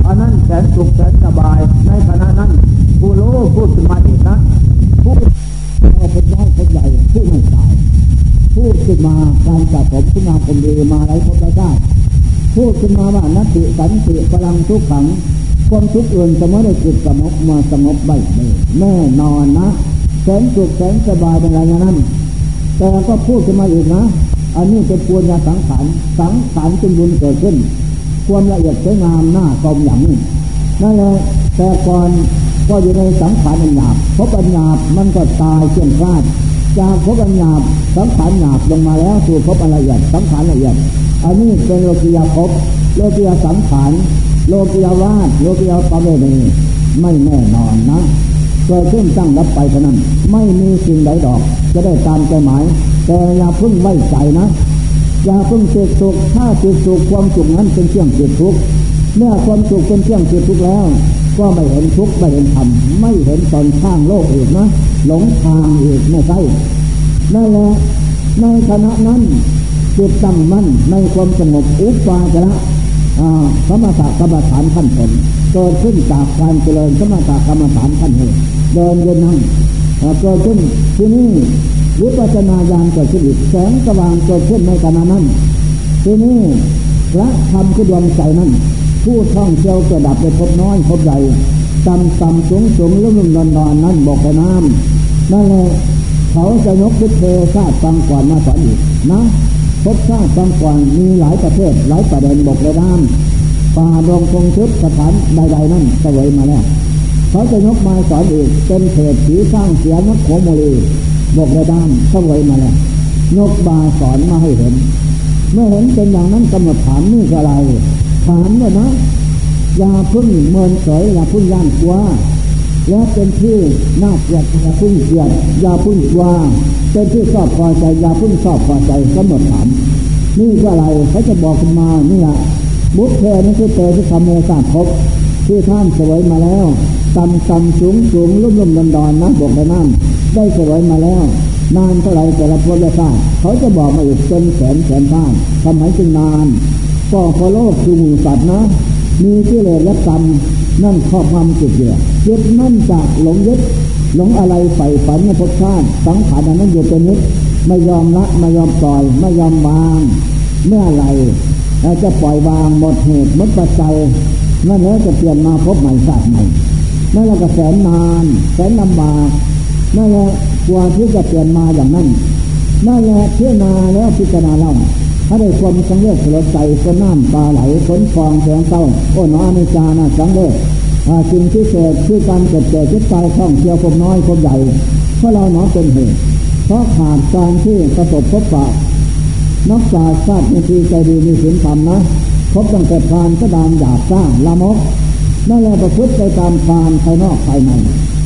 อันนั้นแสนสุขแสนสบายในขณะนั้นผู้รู้พูดขึ้นมาอีกนะผู้เอาเป็นน้อยเป็นใหญ่ผู้ไม่ตายพูดขึ้นมาการสะสมคุณงามความดีมาหลายภพหลายชาติพูดขึ้นมาว่านัตติสันติพลังทุกขังความทุกข์อื่นเสมอได้จิตสงบมาสงบใบแน่นอนนะแสนสุขแสนสบายเป็นอะไรนั้นแต่ก็พูดขึ้นมาอีกนะอันนี้เป็นปัญญาสังขารเป็นบุญเกิดขึ้นความละเอียดสวยงามหน้าชมอย่างนี้นั่นแหละแต่ก่อนก็อยู่ในสังขารหยาบพบอันหยาบมันก็ตายเชี่ยนคลาดจากพบอันหยาบสังขารหยาบลงมาแล้วสู่พบอันละเอียดสังขารละเอียดอันนี้เป็นโลกียภพโลกียสังขารโลกียวาสโลกียปเวณีไม่แน่นอนนะเกิดขึ้นตั้งรับไปเท่านั้นไม่มีสิ่งใดดอกจะได้ตามใจหมายแต่อย่าพึ่งไว้ใจนะอย่าพึ่งติดสุขถ้าติดสุขความสุขนั้นเป็นเครื่องติดทุกข์เมื่อความสุขเป็นเครื่องติดทุกข์แล้วก็ไม่เห็นทุกข์ไม่เห็นธรรมไม่เห็นตอนข้างโลกอีกนะหลงทางอีกไม่ใช่นั่นแหละในขณะนั้นจิตตั้งมั่นในความสงบอุปาจาระสมถกรรมฐานขั้นผลเกิดขึ้นจากการเจริญสมถกรรมฐานขั้นเหตุเดินเดินนั่งเกิดขึ้นที่นี่วิปัสสนาญาณเกิดขึ้นอีกแสงสว่างเกิดขึ้นในขณะนั้นที่นี่พระธรรมคือดวงใจนั้นผู้ท่องเที่ยวเกิดดับในภพน้อยภพใหญ่ต่ำสูงลุ่มนอนนั้นบอกไปน้ำนั่นแหละเขาจะยกพุทธชาติฟังก่อนมาสอนอีกนะพบชาติฟังก่อนมีหลายประเทศหลายประเด็นบอกเลยน้ำป่าดงพงทึบสถานใดๆนั้นเสวยมาแล้วเขาจะยกมาสอนอีกเป็นเศรษฐีสร้างเสียนักโขโมลีบอกเลยน้ำเสวยมาแล้วยกบาสอนมาให้เห็นเมื่อเห็นเป็นอย่างนั้นกำหนดถามนี่คืออะไรถามว่านะอย่าพึ่งเมินเฉยอย่าพึ่งย่านกลัวและเป็นที่น่าเกลียดอย่าพึ่งเกลียดอย่าพึ่งกลัวเป็นที่ชอบพอใจอย่าพึ่งชอบพอใจกำหนดถามนี่คืออะไรเขาจะบอกขึ้นมานี่แหละบุพเพนั่นคือเตที่ทำเมษาภพที่ท่านเสวยมาแล้วต่ำสูงลุ่มดอนนะบอกไปนั่นได้เสวยมาแล้วนานเท่าไรแต่ละพวกชาติเขาจะบอกมาอีกเป็นแสนท่านทำไมจึงนานก็เพราะโลกคือหมู่สัตว์นะมีกิเลสและกรรมนั่นครอบงำจิตเดียวจิตนั่นจากหลงยึดหลงอะไรใฝ่ฝันในภพชาติสังขารนั้นอยู่เป็นนิดไม่ยอมละไม่ยอมปล่อยไม่ยอมวางเมื่อไรจะปล่อยวางหมดเหตุหมดปัจจัยนั่นแล้วจะเปลี่ยนมาพบใหม่ชาติใหม่นั่นแหละก็แสนนานแสนลำบากนั่นแหละกว่าที่จะเปลี่ยนมาอย่างนั้นนั่นแหละพิจารณาแล้วพิจารณาเล่าถ้าได้ความสังเวชสลดใจก็น้ำตาไหลฝนฟองแสงเศร้าโอ้หนออนิจจานะสังเวชสิ่งที่เกิดคือการเกิดจิตใจท่องเที่ยวความน้อยความใหญ่เพราะเราหนอเป็นเหตุเพราะขาดการที่ประสบพบปะนักศาสตร์ชาติมีใจดีมีศีลธรรมนะพบตั้งแต่ทานก็ดานหยาบสร้างละมกนั่นแหละประพฤติไปตามทานภายนอกภายใน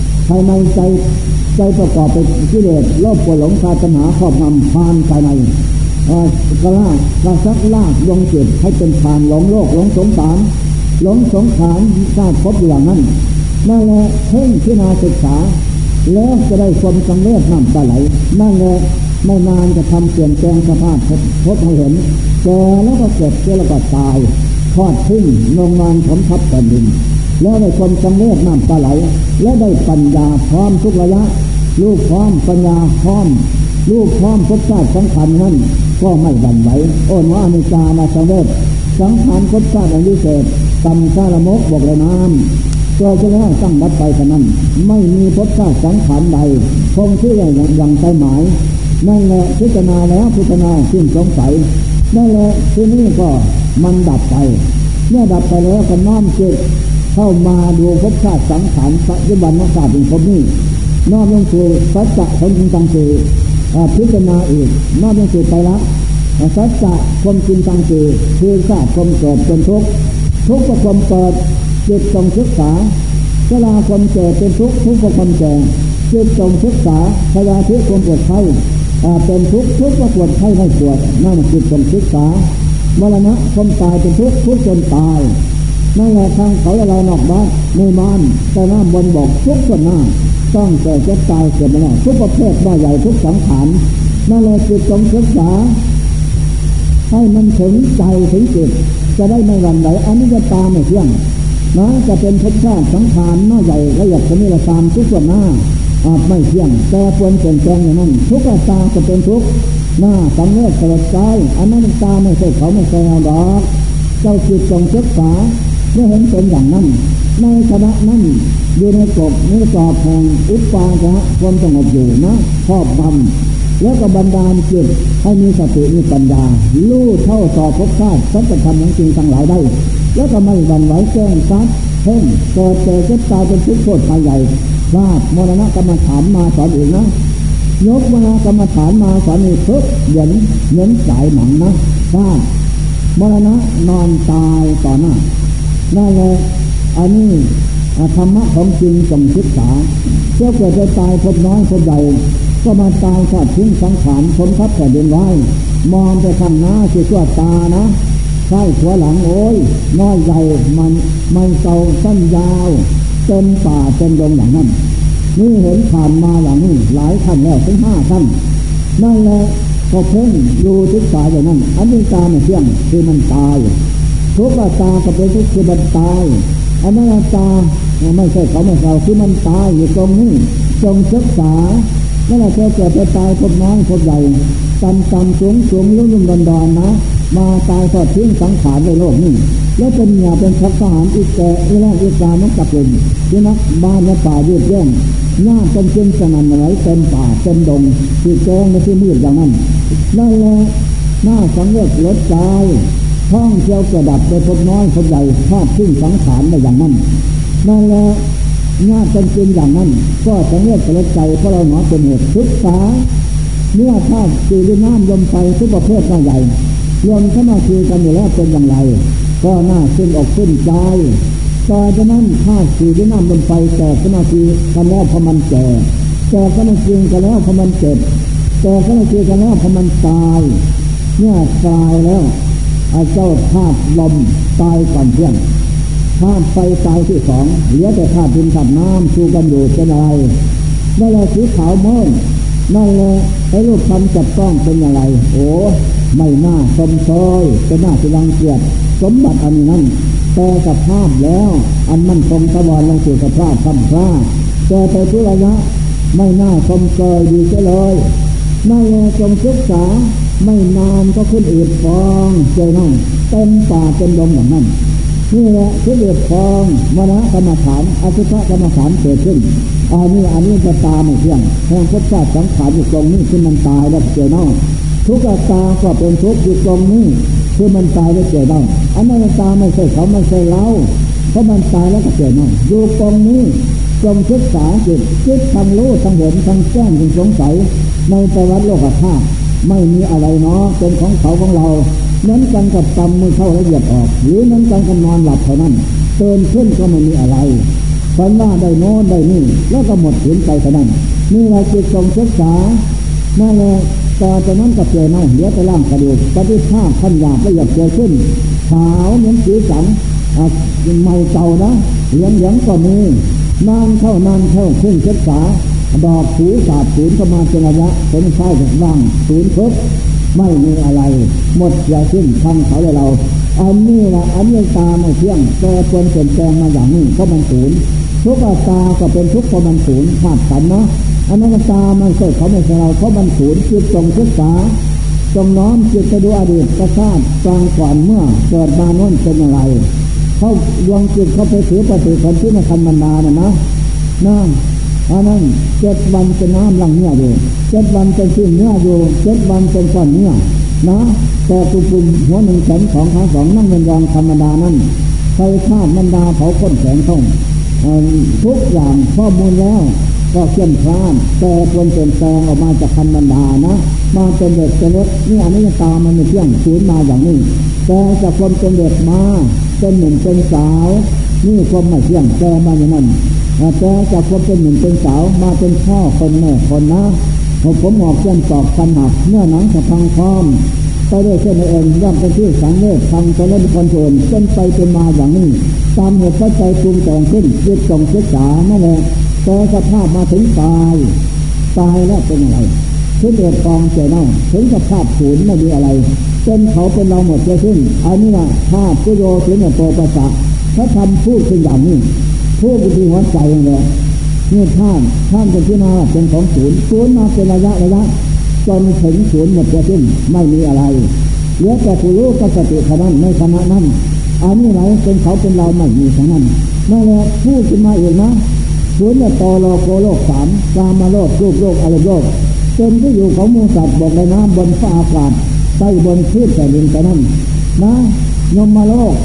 ใจประกอบไปกิเลสโลภโกรธหลงตัณหาครอบงำทานภายในกระซักลากดวงจิตให้เป็นทานหลงโลกหลงสงสารหลงสงขารชาติพบอย่างนั้นนั่นแหละเพ่งพิจารณาศึกษาแล้วจะได้ความสังเวชน้ำตาไหลนั่นแหละไม่นานจะทำเปลี่ยนแปลงสภาพพบให้เห็นแก่แล้วก็เจ็บแล้วก็ตายทอดทิ้งลงมาถมทับแผ่นดินแล้วได้ความสังเวชน้ำตาไหลและได้ปัญญาพร้อมทุกระยะลูกพร้อมปัญญาพร้อมลูกพร้อมพบชาติสังขารนั้นก็ไม่บั่นไหวโอนว่าอนิจจานาสังเวชสังขารพบชาติอันวิเศษต่ำซาละมกบอกเลยน้ำตัวจะแล้วตั้งรับไปเท่านั้นไม่มีพบชาติสังขารใดคงที่อย่างใจหมายนั่นแหละพิจารณาแล้วพิจารณาสิ้นสงสัยนั่นแหละที่นี่ก็มันดับไปเมื่อดับไปแล้วก็น้อมจิตเข้ามาดูพบชาติสังขารปัจจุบันศาสตร์ถึงพบนี้น้อมลงสู่สัจจะของจริงจังคือพิจารณาอีกน้อมลงสู่ไปละสัจจะความจริงจังคือชาติความเกิดเป็นทุกข์กับความเกิดจิตต้องศึกษาเวลาความเกิดเป็นทุกข์กับความแก่จิตต้องศึกษาพยาธิความปวดไข้เป็นทุกข์กับปวดไข้ไม่ปวดนั่นจิตต้องศึกษามรณะความตายเป็นทุกข์จนตายนั่นแหละทางเขาและเรานอกบ้านในบ้านแต่น้ำบนบอกทุกข์ส่วนหน้าต้องแก่เจ็บตายเกิดมาแล้วทุกประเภทว่าใหญ่ทุกสังขารนั่นแหละจิตต้องศึกษาให้มันถึงใจถึงจิตจะได้ไม่หวั่นไหวอนิจจตาไม่เที่ยงนะจะเป็นภพชาติสังขารน้อยใหญ่ละเอียดชนิดละตามทุกส่วนหน้าไม่เที่ยงแต่ควรเปลี่ยนแปลงอย่างนั้นทุกตาจะเป็นทุกหน้าสังเวชสลดใจอนัตตาไม่ใช่เขาไม่ใช่เราดอกเจ้าจิตจงศึกษาเมื่อเห็นเป็นอย่างนั้นในขณะนั้นอยู่ในกบในกรอบแห่งอุปาจะความสงบอยู่นะครอบงำแล้วก็บันดาลจิตให้มีสติมีปัญญารู้เท่าต่อภพชาติสัจธรรมของจริงทั้งหลายได้แล้วก็ไม่หวั่นไหวแจ้งซัดเพ่งเกิดเจ็บตายเป็นทุกข์โทษภัยใหญ่พลาดมรณะกรรมฐานมาสอนอีกนะยกมรณะกรรมฐานมาสอนอีกปึ๊บเหยินสายหนังนะพลาดมรณะนอนตายต่อหน้าได้เลยอันนี้ธรรมะของจริงจงศึกษาเจ้าเกิดจะตายพบน้อยพบใหญ่ก็มาตายทอดทิ้งสังขารสมทับแต่เดินไว้มองไปข้างหน้าคือตัวตานะใช่หัวหลังโอ้ยน้อยใหญ่มันเก่าสั้นยาวเต็มป่าเต็มดงอย่างนั้นนี่เห็นผ่านมาอย่างนี้หลายท่านแล้วถึง5 ท่านนั่นแหละก็เพ่งดูศึกษาอย่างนั้นอันนี้ตาไม่เที่ยงคือมันตายทุกตาก็เป็นทุกข์คือมันตายอนัตตาไม่ใช่เขาไม่เราคือมันตายอยู่ตรงนี้จงศึกษานั่นแหละเกิดไปตายพบน้อยพบใหญ่ต่ำสูงลุ่มดอนนะมาตายทอดทิ้งสังขารในโลกนี้แล้วเป็นหยาเป็นทหารอีกแก่อีแรกอีกาน้องจับเป็นที่นักบ้านและป่ายืดแย่งหน้าเป็นเช่นสนั่นไหวเต็มป่าเต็มดงที่แจ้งและที่มืดอย่างนั้นนั่นแหละหน้าสังเวชลดใจท่องเที่ยวกระดับไปพบน้อยพบใหญ่ทอดทิ้งสังขารในอย่างนั้นนั่นแหละหน้าเป็นจริงอย่างนั้นก็สังเวชลดใจเพราะเราหนอเป็นเหตุศึกษาเมื่อธาตุสี่ดินน้ำลมไฟทุกประเภทหน้าใหญ่รวมเข้ามาคือกันอยู่แล้วเป็นอย่างไรก็น่าซึ้งอกซึ้งใจต่อจากนั้นธาตุสี่ดินน้ำลมไฟแตกขึ้นมาคือกันแล้วพอมันแก่ขึ้นมาคือกันแล้วพอมันเจ็บขึ้นมาคือกันแล้วพอมันตายเนี่ยตายแล้วเจ้าธาตุลมตายก่อนเพื่อนธาตุไฟตายที่2เหลือแต่ธาตุดินธาตุน้ำชูกันอยู่เป็นอะไรนั่นแหละสีขาวม่นนั่นแหละไอ้รูปคำจับต้องเป็นอย่างไรโอ้ไม่น่าสมซอยเป็นหน้าที่รังเกียจสมบัติอันนั้นแต่สภาพแล้วอันมันคงสวรรค์ลงสู่สภาพคำพระแต่ไปทุระยะไม่น่าสมซอยดีเสียเลยนั่นแหละจงศึกษาไม่นานก็ขึ้นอืดฟองเจนั่งเต็มป่าเต็มดงอย่างนั้นนี่แหละขึ้นอืดฟองมรณะกรรมฐานอสุภกรรมฐานเกิดขึ้นอันนี้จะตาไม่เที่ยงแห่งภพชาติสังขารอยู่ตรงนี้คือมันตายแล้วเจนั่งทุกตาก็เป็นทุกข์อยู่ตรงนี้คือมันตายแล้วเจนั่งอันนั้นตาไม่ใช่เขาไม่ใช่เราเพราะมันตายแล้วก็เจนั่งอยู่ตรงนี้จงศึกษาจิตทั้งรู้ทั้งเห็นทั้งแจ้งทั้งสงสัยในประวัติโลกธาตุไม่มีอะไรเนาะเป็นของเขาของเราเหมือนกันกับตำมือเข้าละเอียดออกหรือเหมือนกันกับนอนหลับเท่านั้นเตือนขึ้นก็ไม่มีอะไรฝันว่าได้โน้นได้นี่แล้วก็หมดถึงไปเท่านั้นนี่เราจิตจงศึกษานั่นแหละต่อจากนั้นก็เจอเน่าเหลือแต่ร่างกระดูกปฏิภาคขั้นหยาบละเอียดเกิดขึ้นขาวเหมือนสีสันใหม่เก่านะเหลืองก็มีนานเข้าขึ้นศึกษาดอกผูสาดศูนย์เข้ามาเป็นระยะเป็นใช่แบบว่างศูนย์ครบไม่มีอะไรหมดอย่าขึ้นทางเขาเลยเราอันนี้ละอันนี้ตาไม่เที่ยงแต่ควรเปลี่ยนแปลงมาอย่างนี้เพราะมันศูนย์ทุกตาก็เป็นทุกข์เพราะมันศูนย์ขาดกันนะอันนั้นตามันใช่เขาไม่ใช่เราเพราะมันศูนย์จิตจงศึกษาจงน้อมจิตไปดูอดีตชาติกลางก่อนเมื่อเกิดมาโน้นเป็นอะไรเขาดวงจิตเขาไปถือปฏิสันธิในคันบรรดานะอันนั้น7 วันเป็นน้ำลังเนื้ออยู่7 วันเป็นชิ้นเนื้ออยู่7 วันเป็นก้อนเนื้อนะแต่ปุ่มหัว1 แขน2 ขา2นั่งเป็นยองธรรมดานั้นไฟธาตุบรรดาเผาก้นแขนท่องทุกอย่างข้อมูลแล้วก็เข้มข้นแต่ควรเปลี่ยนแปลงออกมาจากคันบรรดานะมาเป็นเด็กเป็นเล็กนี่อันนี้ตามันไม่เที่ยงศูนย์มาอย่างนี้แต่จากคนเป็นเด็กมาเป็นหนุ่มเป็นสาวนี่ความไม่เที่ยงแต่มาอย่างนั้นแต่จากคนเป็นหนุ่มเป็นสาวมาเป็นพ่อคนแม่คนนะผมหอกเส้นตอกฟันหักเนื้อหนังสะพังพร้อมไปด้วยเส้นเอ็นย่อมเป็นที่สังเวชพังตัวเล่นคนเถินจนไปเป็นมาอย่างนี้ตามเหตุปัจจัยปรุงแต่งขึ้นยึดจงศึกษานั่นแหละแต่สภาพมาถึงตายแล้วเป็นอะไรขึ้นเดือดกองเจเน่าถึงสภาพศูนย์ไม่มีอะไรเป็นเขาเป็นเราหมดเลยขึ้นอันนี้ละธาตุโยถึงเนี่ยโตประสาทพระธรรมพูดเป็นอย่างนี้พูดเป็นที่หัวใจเลยนี่ท่านจะพิจารณาเป็นของศูนย์มาเป็นระยะจนถึงศูนย์หมดจะสิ้นไม่มีอะไรเหลือแต่ผู้รู้กับสติเท่านั้นในขณะนั้นอันนี้ไหนเป็นเขาเป็นเราไม่มีทั้งนั้นนั่นแหละพูดขึ้นมาอีกนะศูนย์เนี่ยตอโลโกโลกสามกามโลกรูปโลกอารมณ์โลกเป็นที่อยู่ของมูสัตว์บอกเลยนะบนฟ้าอากาศใต้บนพื้นแผ่นดินแต่นั้นนะยมโลก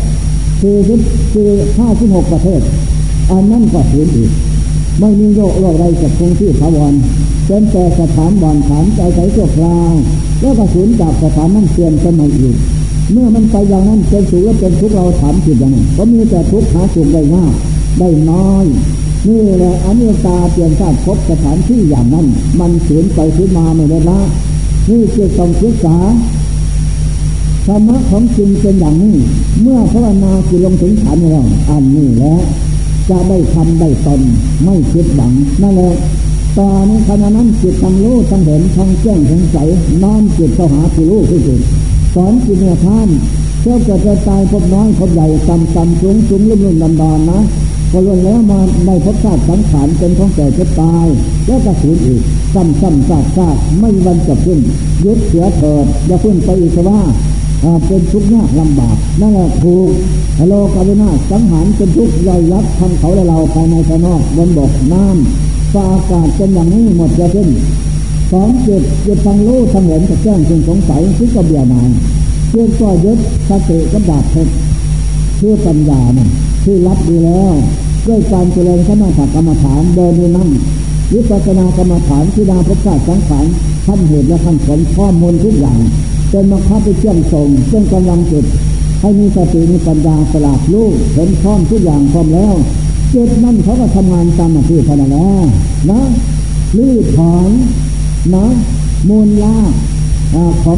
56ประเทศอันนั้นก็ศูนย์อีกไม่มีโลกใดจะคงที่ถาวรเป็นแต่สถานบ่อนฐานใจใสชั่วคราวแล้วก็ศูนย์จากสถานนั้นเปลี่ยนเป็นใหม่อีกเมื่อมันไปอย่างนั้นเป็นสุขและเป็นทุกข์เราถามผิดอย่างนั้นก็มีแต่ทุกข์หาสุขได้ง่ายได้น้อยนี่แหละอนิจจาเปลี่ยนชาติพบสถานที่อย่างนั้นมันสูญไปสูญมาไม่ได้ละนี่คือต้องศึกษาธรรมะของจริงเป็นอย่างนี้เมื่อภาวนาจิตลงถึงฐานแล้วอันนี้แล้วจะได้ทำได้ตนไม่คิดหวังนั่นแหละตอนนี้ขณะนั้นจิตทั้งรู้ทั้งเห็นทั้งแจ้งทั้งใสน้อมจิตเข้าหาผู้รู้ที่สุดสอนจิตเนี่ยท่านเจ้าจะตายพบน้อยพบใหญ่ต่ำสูงลุ่มดอนนะพอล้วนแล้วมาในภพชาติสังขารเป็นของแก่เจ็บตายแล้วก็สูญอีกซ้ำซากไม่วันจบสิ้นยุดเสียเถิดอย่าพึ่งไปอีกว่าเป็นทุกข์ยากลำบากนั่นแหละถูกโลกาวินาศสังหารเป็นทุกข์ย่อยยับทั้งเขาและเราภายในภายนอกบนบกน้ำฟ้าอากาศเป็นอย่างนี้หมดจะสิ้นสองจิตทางรู้ทางเห็นกับแจ้งจึงสงสัยที่ก็เบียดายเชื่อก็ยึดสติก็ดาบเพชรเชื่อปัญญานั่นที่รับดีแล้วด้วยการเจริญสมาธิกรรมฐานเดินในนั่งวิปัสสนากรรมฐานที่ดาภพชาติสังขารขั้นเหตุและขั้นผลข้อมูลทุกอย่างเป็นบังคับไปเชื่อมส่งเชื่อมกำลังจิตให้มีสติมีปัญญาสลาดรู้เห็นพร้อมทุกอย่างพร้อมแล้วจิตนั่นเขาก็ทำงานตามหน้าที่เท่านั้นแหละนะลื้อถอนนะมูลลากของ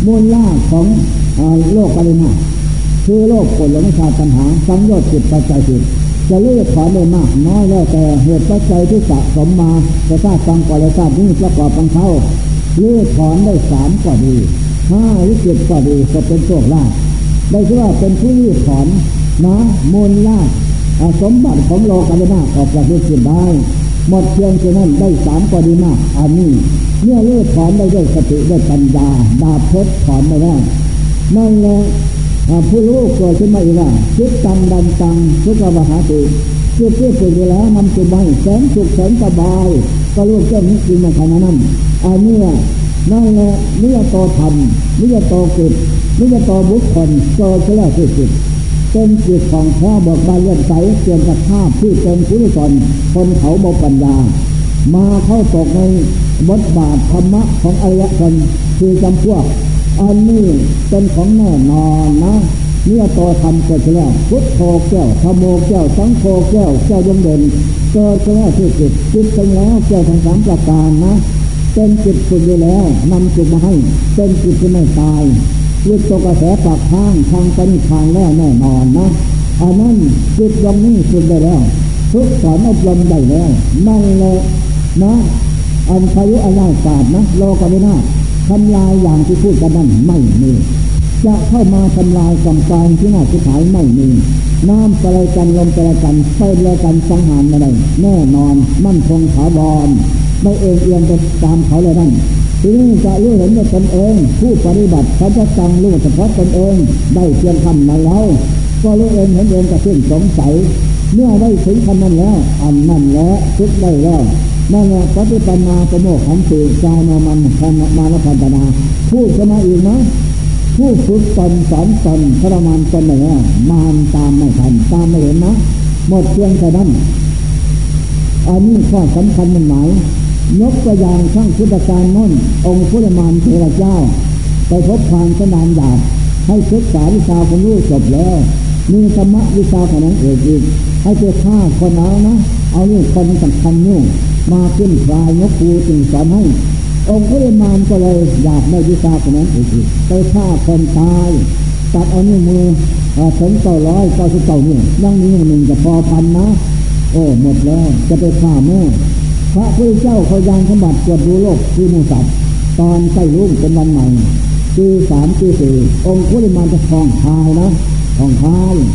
โลกอะไรนะคือโลกผลและวิชาตัณหาสังโยชน์จิตปัจจัยจิตจะลื้อถอนได้มากน้อยแล้วแต่เหตุปัจจัยที่สะสมมาจะสร้างฟังก่อนและสร้างนี้ประกอบกันเข้าลื้อถอนได้3ก็ดี5หรือ7ก็ดีก็เป็นโชคลาภได้ชื่อว่าเป็นผู้ลื้อถอนนะมูลลากสมบัติของโลกาวินาศออกจากวิจิตได้หมดเพียงแค่นั้นได้3ก็ดีมากอันนี้เมื่อลื้อถอนได้ด้วยสติด้วยปัญญาดาบเพชรถอนไม่ได้นั่นแหละผู้รู้เกิดขึ้นมาอีกว่าจิตตังดันตังทุกขวหาติจิตที่ฝึกแล้วนำจิตไปแสนสุขแสนสบายก็รู้แจ้งนี้จริงในขณะนั้นอันนี้นั่นแหละนิยโตธรรมนิยโตกิจนิยโตบุคคลเกิดขึ้นแล้วที่จิตเป็นจิตของแท้เบิกบานเลื่อมใสเปลี่ยนจากภาพที่เป็นผู้สอนคนเขาบปัญญามาเข้าตกในบทบาทธรรมะของอริยชนคือจำพวกอันนี้เป็นของแน่นอนนะเนี่ยตัวทำเกิดขึ้นแล้วพุทโธแก้วธรรมโมแก้วสังโฆแก้วยงเด่นเกิดขึ้นแล้วที่จิตเป็นแล้วแก้วทั้ง3ประการนะเป็นจิตฝึกอยู่แล้วนำจิตมาให้เป็นจิตที่ไม่ตายยึดตัวกระแสปากทางไปนิพพานแล้วแน่นอนนะอันนั้นจิตยังนี้ฝึกได้แล้วทุกสอนอบรมได้แล้วนั่นแหละนะอันพายุอากาศนะโลกาวินาศทำลายอย่างที่พูดกันนั้นไม่มีจะเข้ามาทำลายกำกายที่น่าจะหายไม่มีน้ำอะไรกันลมอะไรกันไฟอะไรกันสังหารอะไรแน่นอนมั่นคงถาวรไม่เอียงไปตามเขาเลยนั่นทีนี้จะรู้เห็นด้วยตนเองผู้ปฏิบัติเขาจะจังรู้เฉพาะตนเองได้เพียงคำนั้นแล้วก็รู้เองเห็นเองก็สิ้นสงสัยเมื่อได้ถึงคำนั้นแล้วอันนั้นแล้วทุกได้แล้วนั่นแหละปฏิปันนาประโมกขันติจานามันมาลพันธนาพูดจะมาอีกนะผู้ฝึกตนสอนตนทรมานตนเลยมานตามไม่ทันตามไม่เห็นนะหมดเพียงแค่นั้นอันนี้ข้อสำคัญมันหมายยกตัวอย่างช่างพุทธการน้นองค์พุทธมารเทระเจ้าไปพบพานสนานหยาบให้ศึกษาวิชาความรู้จบแล้วมีธรรมะวิชาของนังเอกอีกให้เจ้าข้าคนเอานะเอานี่คนสำคัญนู่มาขึ้นคลายยกครูจึงสอนให้องค์พุทธมารก็เลยอยากได้วิชาของนังเอกอีกไปฆ่าคนตายตัดเอานิ้วมือถึง999นิ้วยังมี1จะพอพันนะโอ้หมดแล้วจะไปฆ่าแม่พระพุทธเจ้าเขายังสมบัติตรวจดูโลกที่มูสัตว์ตอนใกล้รุ่งเป็นวันใหม่ตี 3 ตี 4องค์พุทธมารจะคลองคายนะคลองคาย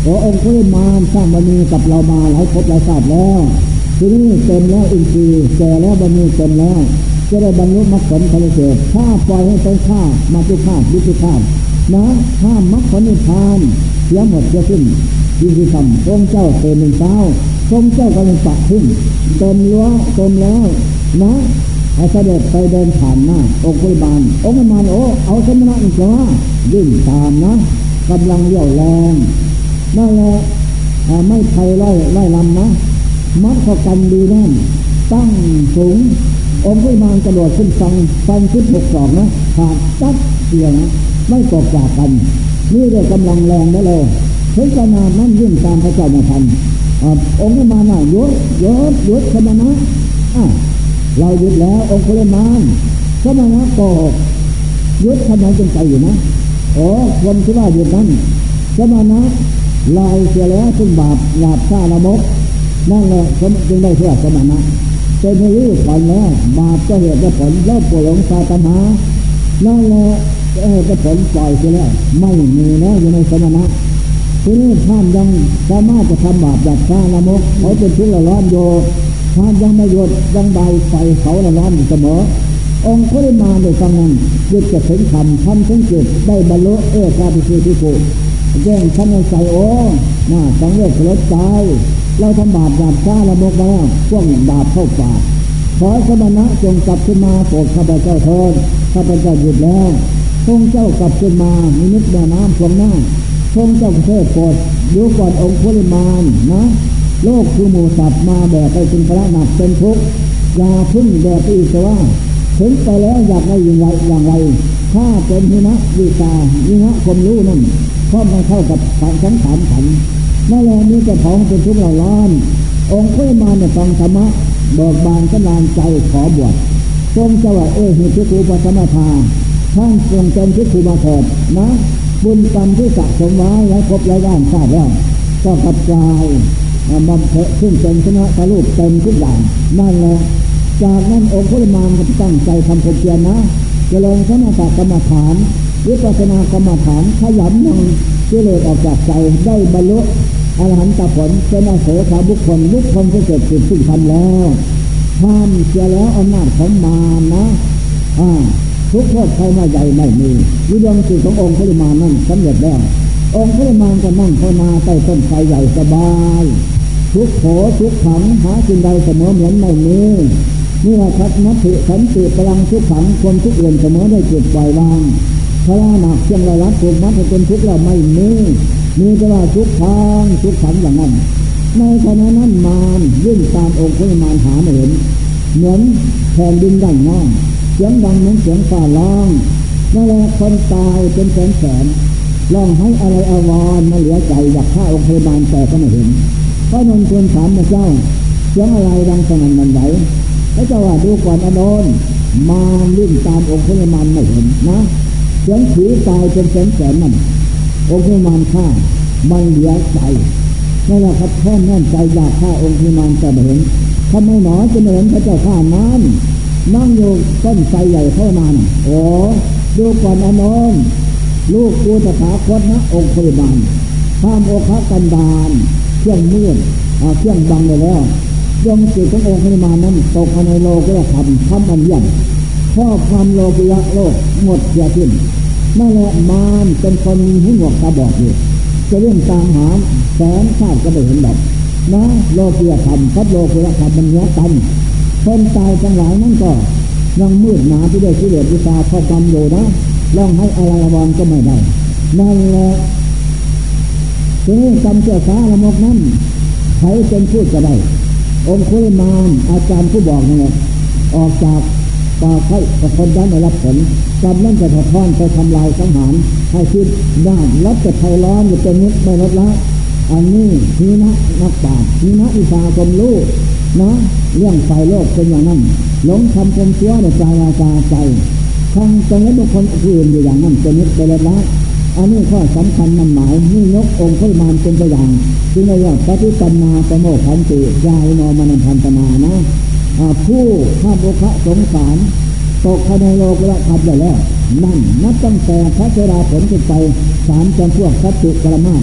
องค์คุลิมานสร้างบารมีกับเรามาหลายภพหลายชาติแล้วทีนี้เต็มแล้วอินทรีย์แก่แล้วบารมีเต็มแล้วจะได้บรรลุมรรคผลประเสริฐถ้าปล่อยให้เป็นข้ามาทุกข้ายุติข้านะห้ามมรรคผลนิพพานเสียหมดจะสิ้นยิ่งที่ทำองค์เจ้าเต็มหนึ่งเท้าองค์เจ้ากำลังปะขึ้นเต็มรั้วเต็มแล้วนะให้เสด็จไปเดินผ่านหน้าองค์คุลิมานองค์คุลิมานเอาสมณะอีกแล้วยิ่งตามนะกำลังเลี้ยวแรงนั่นแหละไม่ไทยไล่ลำนะมัดเข้ากันดีแน่นตั้งสูงองค์คุลิมานกระโดดขึ้นฟันขึ้น6 ศอกนะขาดจัดเสียงไม่ตกจากกันนี่เรียกกำลังแรงได้เลยถึงขนาดนั้นยิ่งตามพระเจ้ามาทันองค์คุลิมานน่ะยศสมณะเราหยุดแล้วองค์คุลิมานสมณะโกหกยศทำไมจึงใจอยู่นะคนที่ว่าหยุดนั้นสมณะลายเสียแล้วซึ่งบาปหยาบช้าละมกนั่นแหละจึงได้เชื่อสมณะเป็นที่รู้ก่อนแล้วบาปก็เหตุและผลแล้วปวดหลงซาตนานั่นแหละจะผลปล่อยเสียแล้วไม่มีแล้วอยู่ในสมณะทีนี้ท่านยังสามารถจะทำบาปหยาบช้าละมกเขาเป็นทุกข์ละร้อนโยท่านยังไม่หยุดยังใดไฟเขาละร้อนอยู่เสมอองค์คุลิมานในครั้งนั้นยึดจะถึงธรรมทำถึงจิตได้บรรลุกาภิสิทธิภูแจ้งชั้นในใจสังเวชลดใจเราทำบาปหยาบช้าละมกแล้วพวกบาปเข้าปากขอสมณะจงกลับขึ้นมาโปรดข้าพเจ้าเถิดข้าพเจ้าหยุดแล้วพงเจ้ากลับขึ้นมามีนิดแม่น้ำพวงหน้าพงเจ้าเทศโปรดดูก่อนองค์คุลิมานนะโลกคือหมู่สัตว์มาแบกไปเป็นภาระหนักเป็นทุกข์อย่าพึ่งแบกไปอีกแต่ว่าถึงไปแล้วอยากได้อย่างไรถ้าเป็นหินะวิชาหินะความรู้นั่นพร้อมกันเข้ากับการสังขารขันนั่นแหละนี้จะเผาเป็นทุกข์เราล้านองค์คุลิมานฟังธรรมะเบิกบานกำลังใจขอบวชทรงจะว่าหิทิคูปสมทาท่านทรงเป็นทิคูมาเถิดนะบุญกรรมที่สะสมไว้และครบหลายด้านทราบแล้วก็กระจายมาเผยขึ้นเป็นชนะทะลุเต็มทุกอย่างนั่นแหละจากนั้นองค์คุลิมานก็ตั้งใจทำความเพียรนะเจริญสมถกรรมฐานวิปัสสนากรรมฐานขยันยังกิเลสออกจากใจได้บรรลุอรหันตผลเป็นอโสภบุคคลที่เกิดขึ้นซึ่งทำแล้วท่านเสียแล้วอำนาจของมารนะทุกโทษใครมาใหญ่ไม่มีวิดวงจิตขององค์คุลิมานนั่นสำเร็จแล้วองค์คุลิมานก็นั่งภาวนาใต้ต้นไทรใหญ่สบายทุกโขทุกขังหาสิ่งใดเสมอเหมือนไม่มีนี่แหละครับนัตถิขันติพลังทุกขังความทุกข์อื่นเสมอได้จุดปล่อยวางพระหนักเชียงรายรัดถูกมัดให้เป็นทุกข์แล้วไม่มีแต่ว่าทุกขังอย่างนั้นในขณะนั้นมารยิ่งตามองค์คุลิมานหาไม่เห็นเหมือนแผ่นดินดังน้องเสียงดังเหมือนเสียงฟ้าร้องนั่นแหละคนตายเป็นแสนร้องให้อะไรอาวรณ์มาเหลือใจอยากฆ่าองค์คุลิมานแต่ก็ไม่เห็นพระนนท์ทูลถามพระเจ้าเสียงอะไรดังสนั่นหวั่นไหวพระเจ้าว่าดูก่อนอานนท์มารยิ่งตามองค์คุลิมานไม่เห็นนะเสียงผีตายเป็นแสนนั่นองค์คุลิมานฆ่ามันเหลือใจนั่นแหละครับแค่แน่นใจอยากฆ่าองค์คุลิมานแต่ไม่เห็นทำไมหนอจะไม่เห็นพระเจ้าฆ่านั้นนั่งอยู่ต้นไทรใหญ่เท่านั้นดูก่อนอานนท์ลูกกูตถาคตนะองค์คุลิมานข้ามโอคะกันดานเครื่องมืดเครื่องบังไปแล้วดวงจิตขององค์คุลิมานนั้นตกในโลกุตธรรมทำอันยิ่งครอบความโลภะโลกหมดเสียสิ้นนั่นแหละมารเป็นคนหูหนวกตาบอดอยู่จะเรื่องตามหาแสนชาติก็ไม่เห็นแบบนะโลภะธรรมกับโลกุตธรรมมันเนื้อกันคนตายทั้งหลายนั่นก็ยังมืดหนาที่ได้กิเลสวิชาครอบงำอยู่นะร้องให้อะไรระวังก็ไม่ได้นั่นแหละทีนี้กรรมเจ้าสารมกนั้นใครเป็นผู้จะได้องค์คุลิมานอาจารย์ผู้บอกนี่แหละออกจากป่าไข่กับคนนั้นได้รับผลกรรมนั้นจะถอดถอนไปทำลายสังหารให้คิดด้านรับจะไทยร้อนจะเป็นนิดไม่ลดละอันนี้ทีนะนักปราชญ์ทีนะอิสาความรู้นะเรื่องไฟโลกเป็นอย่างนั้นหลงทำความชั่วในใจวาจาใจทั้งจะให้บุคคลอื่นอยู่อย่างนั้นเป็นนิดไม่ลดละอันนี้ข้อสำคัญมันหมายนี่ยกองค์คุลิมานเป็นตัวอย่างที่เรียกว่าปฏิปันนาสโมกขันติยายนอมนันทันตนานะผู้ข้าบุคสงสารตกภายในโลกุตธรรมได้แล้วนั่นนับตั้งแต่พระเจราผลขึ้นไป3 จำพวกสัตตุกรมาศ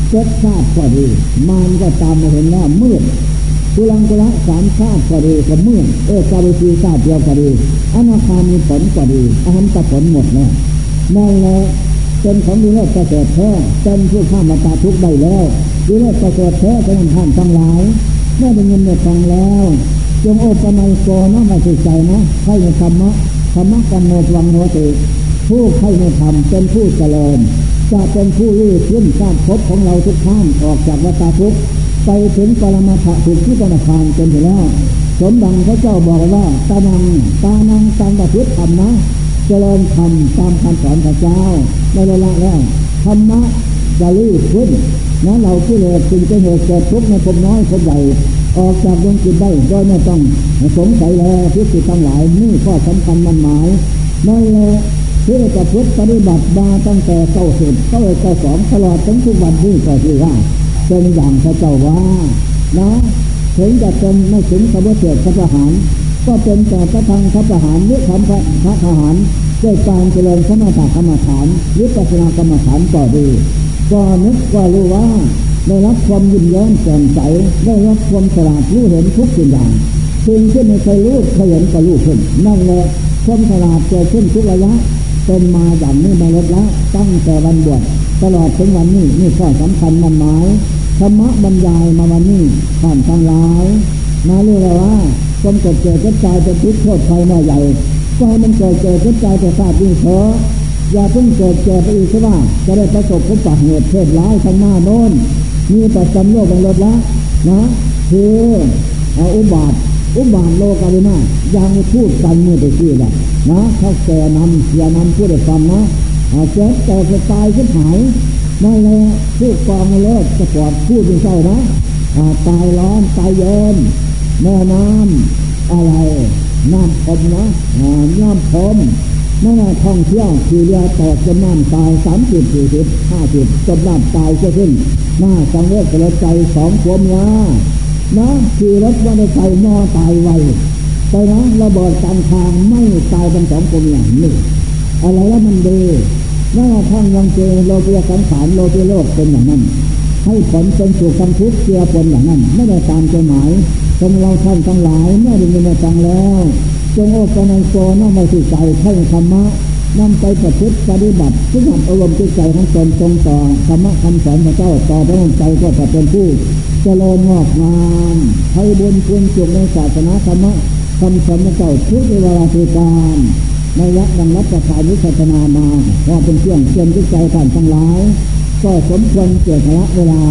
7 ชาติก็ดีมารก็ตามมาเห็นว่ามืดกุลังกุละ3 ชาติก็ดีก็มืดกาลิสีชาติเดียวก็ดีอนาคามีผลก็ดีอหันตผลหมดแล้วนั่นแหละเป็นของดีเลิศประเสริฐแท้เป็นผู้ข้ามมาตาทุกข์ได้แล้วดีเลิศประเสริฐแท้เป็นท่านทั้งหลายเมื่อได้ยินได้ฟังแล้วจงโอปนัยโกนะมาสิใจนะให้ในธรรมะกันโนวังโนติผู้ให้ในธรรมเป็นผู้เจริญจะเป็นผู้ลื้อขึ้นชาติภพของเราทุกท่านออกจากวัฏทุกข์ไปถึงปรมาถะถูกที่ปรมาทานจนถึงแล้วสมดังพระเจ้าบอกว่าตานังตังประพฤติธรรมนะเจริญธรรมตามคำสอนพระเจ้าในเวลาแล้วธรรมะจะลื้อขึ้นนะเราที่เลยจึงจะเหตุเกิดทุกข์ในภพน้อยภพใหญ่ออกจากดวงจิตได้โดยไม่ต้องสงสัยแล้วที่จิตทั้งหลายนี่ข้อสำคัญมันหมายนั่นแหละที่จะพุทธปฏิบัติมาตั้งแต่92ตลอดถึงทุกวันนี้ก็คือว่าเป็นอย่างพระเจ้าว่านะถึงจะเป็นไม่ถึงพระเจ้าพระทหารก็เป็นแต่พระทางพระทหารหรือทำพระทหารด้วยการเจริญสมถกรรมฐานวิปัสสนากรรมฐานก็ดีก็นึกก็รู้ว่าได้รับความยิ้มแย้มแจ่มใสได้รับความฉลาดรู้เห็นทุกสิ่งอย่างสิ่งที่ไม่เคยรู้เคยเห็นก็รู้ขึ้นนั่นแหละความฉลาดเกิดขึ้นทุกระยะเป็นมาอย่างนี้มาลดละตั้งแต่วันบวชตลอดถึงวันนี้นี่ข้อสำคัญมันหมายธรรมะบรรยายมาวันนี้ท่านทั้งหลายมาเรียกว่าความเกิดกระจายเป็นทุกข์โทษภัยน้อยใหญ่ก็ให้มันเกิดกระจายแต่ทราบยิ่งเถอะอย่าเพิ่งเกิดไปอีกซะว่าจะได้ประสบกับเหตุเพศร้ายข้างหน้าโน้นมีแต่จำโลกเป็นลดละนะคืออุบาทโลกาลิมายังพูดกันเมื่อไปที่ละนะเขาแก่นำอย่านำพูดให้ฟังนะเจ็บแต่จะตายจะหายไม่เลยพูดกองมาเลิกจะปลอดพูดเป็นเศร้านะตายร้อนตายเย็นแม่น้ำอะไรน้ำพรมนะน้ำพรมนั่นท่องเที่ยวขี่เรือต่อจนน้ำตาย30 40 50จนน้ำตายจะขึ้นหน้าสังเวชกระใจ2 ขวบยานะขี่รถวันในใจนอตายไวไปนะระเบิดกลางทางไม่ตายเป็น2 คนอย่างนี้อะไรแล้วมันดีนั่นท่องยังเจโลกียสังขารโลกีโลกเป็นอย่างนั้นให้ผลเป็นสุขความทุกข์เจียผลอย่างนั้นไม่ได้ตามใจหมายจงเราท่านทั้งหลายเมื่อได้ยินได้ฟังแล้วจงโอปนัยโกน้อมมาสิใจให้ธรรมะนำไปประพฤติปฏิบัติทุกอย่างอารมณ์จิตใจของตนทรงต่อธรรมะคำสอนพระเจ้าต่อพระองค์ใจก็จะเป็นผู้เจริญงอกงามให้บุญคุณสุขในศาสนาธรรมะคำสอนพระเจ้าทุกเวลาทุกการในยักษ์ดังรับประทานวิสัชนามาว่าเป็นเครื่องเตือนจิตใจท่านทั้งหลายก็สมควรเกี่ยวกับเวลา